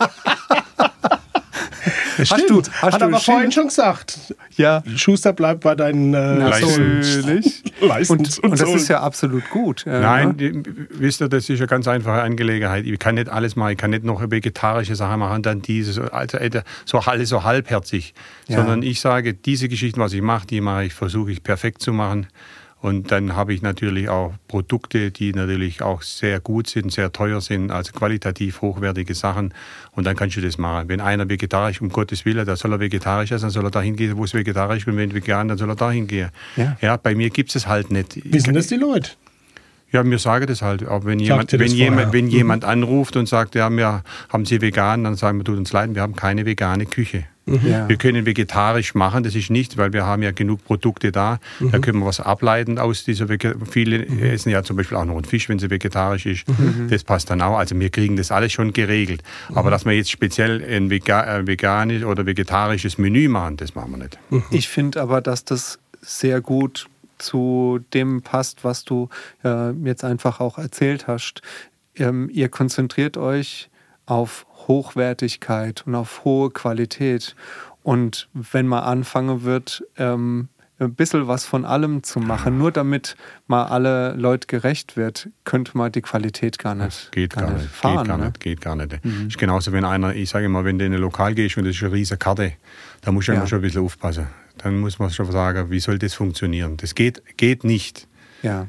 Hast du, hast hat du aber vorhin schon gesagt. Ja. Schuster bleibt bei deinen äh, Natürlich. Leistungs- und, und das ist ja absolut gut. Äh, Nein, ne? die, wisst ihr, das ist eine ganz einfache Angelegenheit. Ich kann nicht alles machen. Ich kann nicht noch vegetarische Sachen machen, dann diese, also so alles so halbherzig. Ja. Sondern ich sage, diese Geschichten, was ich mache, die mache ich, versuche ich perfekt zu machen. Und dann habe ich natürlich auch Produkte, die natürlich auch sehr gut sind, sehr teuer sind, also qualitativ hochwertige Sachen. Und dann kannst du das machen. Wenn einer vegetarisch, um Gottes Willen, da soll er vegetarisch essen, dann soll er dahin gehen, wo es vegetarisch ist. Und wenn vegan, dann soll er dahin gehen. Ja, ja bei mir gibt es halt nicht. Wie sind das die Leute? Ja, mir sage das halt. Auch wenn jemand, wenn jemand, wenn mhm. jemand anruft und sagt, ja, wir haben Sie vegan, dann sagen wir, tut uns leid, wir haben keine vegane Küche. Mhm. Ja. Wir können vegetarisch machen, das ist nicht, weil wir haben ja genug Produkte da. Mhm. Da können wir was ableiten aus dieser Vege- Viele mhm. essen ja zum Beispiel auch noch einen Fisch, wenn sie vegetarisch ist. Mhm. Das passt dann auch. Also wir kriegen das alles schon geregelt. Mhm. Aber dass wir jetzt speziell ein Vega- veganisch oder vegetarisches Menü machen, das machen wir nicht. Mhm. Ich finde aber, dass das sehr gut zu dem passt, was du äh, jetzt einfach auch erzählt hast. Ähm, ihr konzentriert euch auf Hochwertigkeit und auf hohe Qualität. Und wenn man anfangen wird, ähm, ein bisschen was von allem zu machen, nur damit mal alle Leute gerecht wird, könnte man die Qualität gar nicht, geht gar, gar nicht fahren. Geht gar ne? nicht, geht gar nicht. Mhm. Ist genauso, wenn einer, ich sage immer, wenn du in ein Lokal gehst und das ist eine riesige Karte, da musst du ja. immer schon ein bisschen aufpassen. Dann muss man schon sagen, wie soll das funktionieren? Das geht, geht nicht. Ja.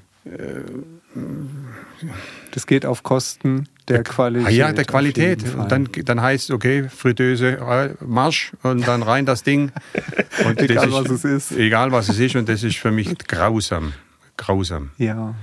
Das geht auf Kosten der Qualität. Ah ja, der Qualität. Und dann, dann heißt es, okay, Fritteuse, Marsch und dann rein das Ding. Und egal, das ist, was es ist. Egal, was es ist. Und das ist für mich grausam. Grausam. Ja.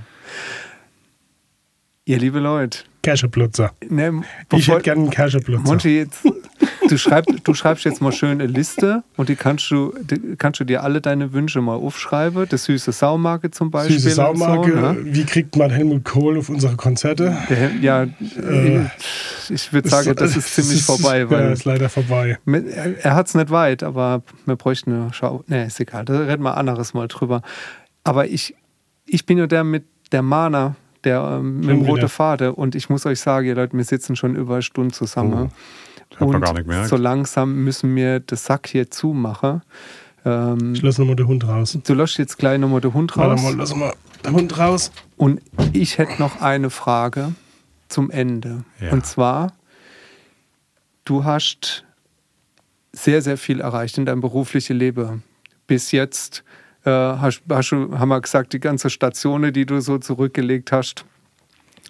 Ihr liebe Leute. Käseplutzer. Ne, ich hätte gerne einen Käseplutzer. Monchi, jetzt, du, schreib, du schreibst jetzt mal schön eine Liste und die kannst du, die kannst du dir alle deine Wünsche mal aufschreiben. Das süße Saumarke zum Beispiel. Süße Saumarke. So, ne? Wie kriegt man Helmut Kohl auf unsere Konzerte? Der, ja, äh, ich würde sagen, das ist ziemlich ist, vorbei. Weil ja, ist leider vorbei. Mit, er er hat es nicht weit, aber wir bräuchten eine Schau. Ne, ist egal, da reden wir anderes Mal drüber. Aber ich, ich bin ja der mit der Mana, der ähm, mit dem roten Faden. Und ich muss euch sagen, ihr Leute, wir sitzen schon über eine Stunde zusammen. Oh, und gar nicht gemerkt. So langsam müssen wir das Sack hier zumachen. Ähm, ich lasse nochmal den Hund raus. Du lässt jetzt gleich nochmal den Hund raus. Warte mal, lass mal den Hund raus. Und ich hätte noch eine Frage zum Ende. Ja. Und zwar, du hast sehr, sehr viel erreicht in deinem beruflichen Leben. Bis jetzt Äh, hast, hast du, haben wir gesagt, die ganze Stationen, die du so zurückgelegt hast.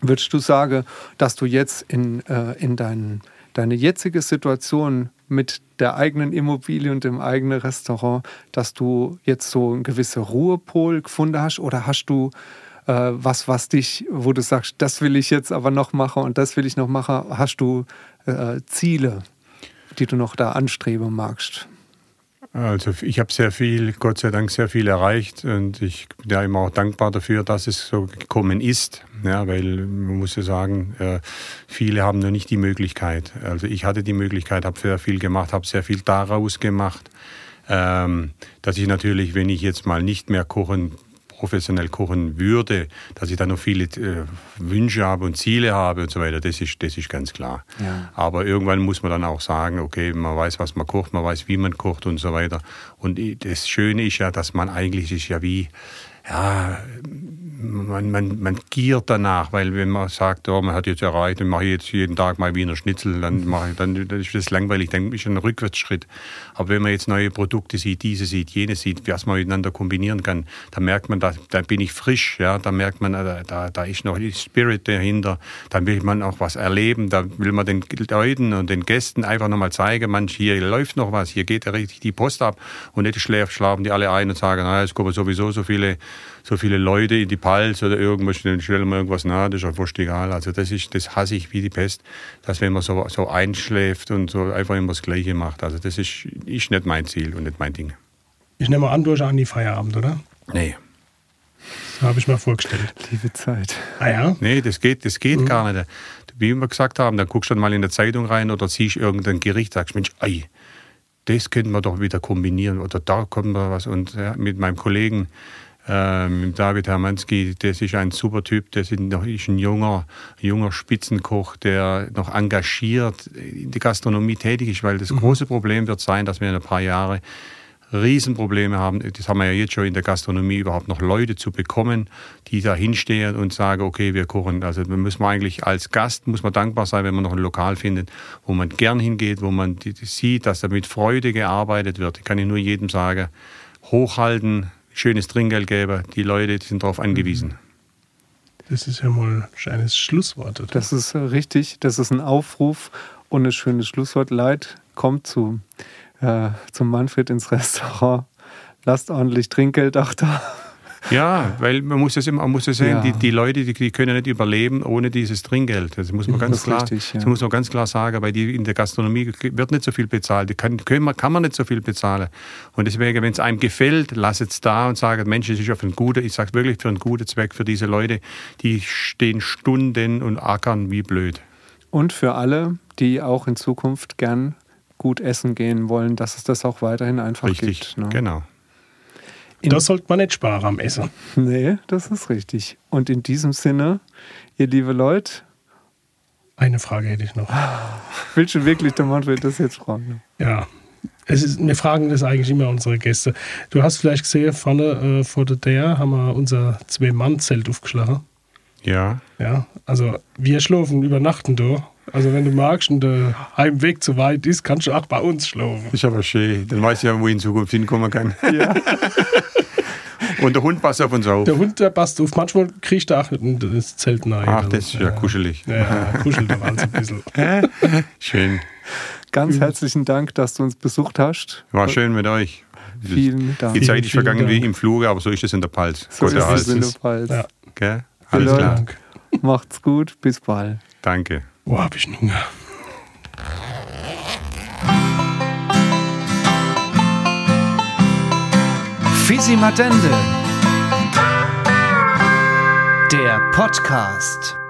Würdest du sagen, dass du jetzt in, äh, in dein, deine jetzige Situation mit der eigenen Immobilie und dem eigenen Restaurant, dass du jetzt so einen gewissen Ruhepol gefunden hast? Oder hast du äh, was, was dich, wo du sagst, das will ich jetzt aber noch machen und das will ich noch machen? Hast du äh, Ziele, die du noch da anstreben magst? Also ich habe sehr viel, Gott sei Dank sehr viel erreicht und ich bin ja immer auch dankbar dafür, dass es so gekommen ist. Ja, weil man muss ja sagen, äh, viele haben noch nicht die Möglichkeit. Also ich hatte die Möglichkeit, habe sehr viel gemacht, habe sehr viel daraus gemacht, ähm, dass ich natürlich, wenn ich jetzt mal nicht mehr kochen professionell kochen würde, dass ich da noch viele äh, Wünsche habe und Ziele habe und so weiter, das ist, das ist ganz klar. Ja. Aber irgendwann muss man dann auch sagen, okay, man weiß, was man kocht, man weiß, wie man kocht und so weiter. Und das Schöne ist ja, dass man eigentlich ist ja wie, ja, man, man, man giert danach, weil wenn man sagt, oh, man hat jetzt erreicht und mache jetzt jeden Tag mal Wiener Schnitzel, dann, mache ich, dann, dann ist das langweilig, dann ist ein Rückwärtsschritt. Aber wenn man jetzt neue Produkte sieht, diese sieht, jene sieht, was man miteinander kombinieren kann, dann merkt man, da, da bin ich frisch, ja, da merkt man, da, da ist noch Spirit dahinter, dann will man auch was erleben, da will man den Leuten und den Gästen einfach nochmal zeigen, manch, hier läuft noch was, hier geht ja richtig die Post ab und nicht schläft, schlafen die alle ein und sagen, na, es kommen sowieso so viele so viele Leute in die Pals oder irgendwas, dann stellen wir irgendwas nach, das ist ja fast egal. Also das ist, das hasse ich wie die Pest, dass wenn man so, so einschläft und so einfach immer das Gleiche macht. Also das ist, ist nicht mein Ziel und nicht mein Ding. Ich nehme an, du hast auch nie Feierabend, oder? Nee. Das habe ich mir vorgestellt. Liebe Zeit. Ah ja? Nee, das geht, das geht mhm. gar nicht. Wie wir gesagt haben, dann guckst du dann mal in der Zeitung rein oder siehst irgendein Gericht, sagst, Mensch, ei, das könnten wir doch wieder kombinieren oder da kommt mal was. Und ja, mit meinem Kollegen, Ähm, David Hermanski, das ist ein super Typ, das ist, noch, ist ein junger, junger Spitzenkoch, der noch engagiert in der Gastronomie tätig ist, weil das mhm. große Problem wird sein, dass wir in ein paar Jahren Riesenprobleme haben. Das haben wir ja jetzt schon in der Gastronomie, überhaupt noch Leute zu bekommen, die da hinstehen und sagen, okay, wir kochen. Also da muss man eigentlich als Gast, muss man dankbar sein, wenn man noch ein Lokal findet, wo man gern hingeht, wo man die, die sieht, dass da mit Freude gearbeitet wird. Ich kann ich nur jedem sagen, hochhalten, schönes Trinkgeld geben, die Leute die sind darauf angewiesen. Das ist ja mal ein schönes Schlusswort. Oder? Das ist richtig, das ist ein Aufruf und ein schönes Schlusswort. Leid, kommt zu, äh, zum Manfred ins Restaurant, lasst ordentlich Trinkgeld auch da. Ja, weil man muss das immer, man muss das sehen, ja. die, die Leute, die, die können nicht überleben ohne dieses Trinkgeld. Das muss man ganz das klar, richtig, ja. das muss man ganz klar sagen, weil die in der Gastronomie wird nicht so viel bezahlt, die kann, kann, man, kann man nicht so viel bezahlen. Und deswegen, wenn es einem gefällt, lasst es da und sagt, Mensch, es ist ja für einen guten, ich sage wirklich für einen guten Zweck für diese Leute, die stehen Stunden und ackern wie blöd. Und für alle, die auch in Zukunft gern gut essen gehen wollen, dass es das auch weiterhin einfach richtig, gibt. Ne? Genau. Das sollte man nicht sparen am Essen. Nee, das ist richtig. Und in diesem Sinne, ihr liebe Leute. Eine Frage hätte ich noch. Willst du wirklich der Manfred das jetzt fragen? Ja, es ist, wir fragen das eigentlich immer unsere Gäste. Du hast vielleicht gesehen, vorne äh, vor der Tür haben wir unser Zwei-Mann-Zelt aufgeschlagen. Ja. Ja, also wir schlafen, übernachten da. Also wenn du magst und der Heimweg zu weit ist, kannst du auch bei uns schlafen. Ist aber schön. Dann weiß ich ja, wo ich in Zukunft hinkommen kann. Ja. Und der Hund passt auf uns auf. Der Hund, der passt auf. Manchmal kriegt er auch in das Zelt rein. Ach, das ist ja, ja kuschelig. Ja, ja, kuschelt doch alles ein bisschen. Schön. Ganz herzlichen Dank, dass du uns besucht hast. War schön mit euch. Vielen Dank. Die Zeit ist vielen vergangen Dank. wie im Fluge, aber so ist es in der Pals. So Gott, ist alles. es in der Pfalz. Ja. Okay? Alles Vielen klar. Dank. Macht's gut, bis bald. Danke. Oh, hab ich einen Hunger. Fisi Matende, der Podcast.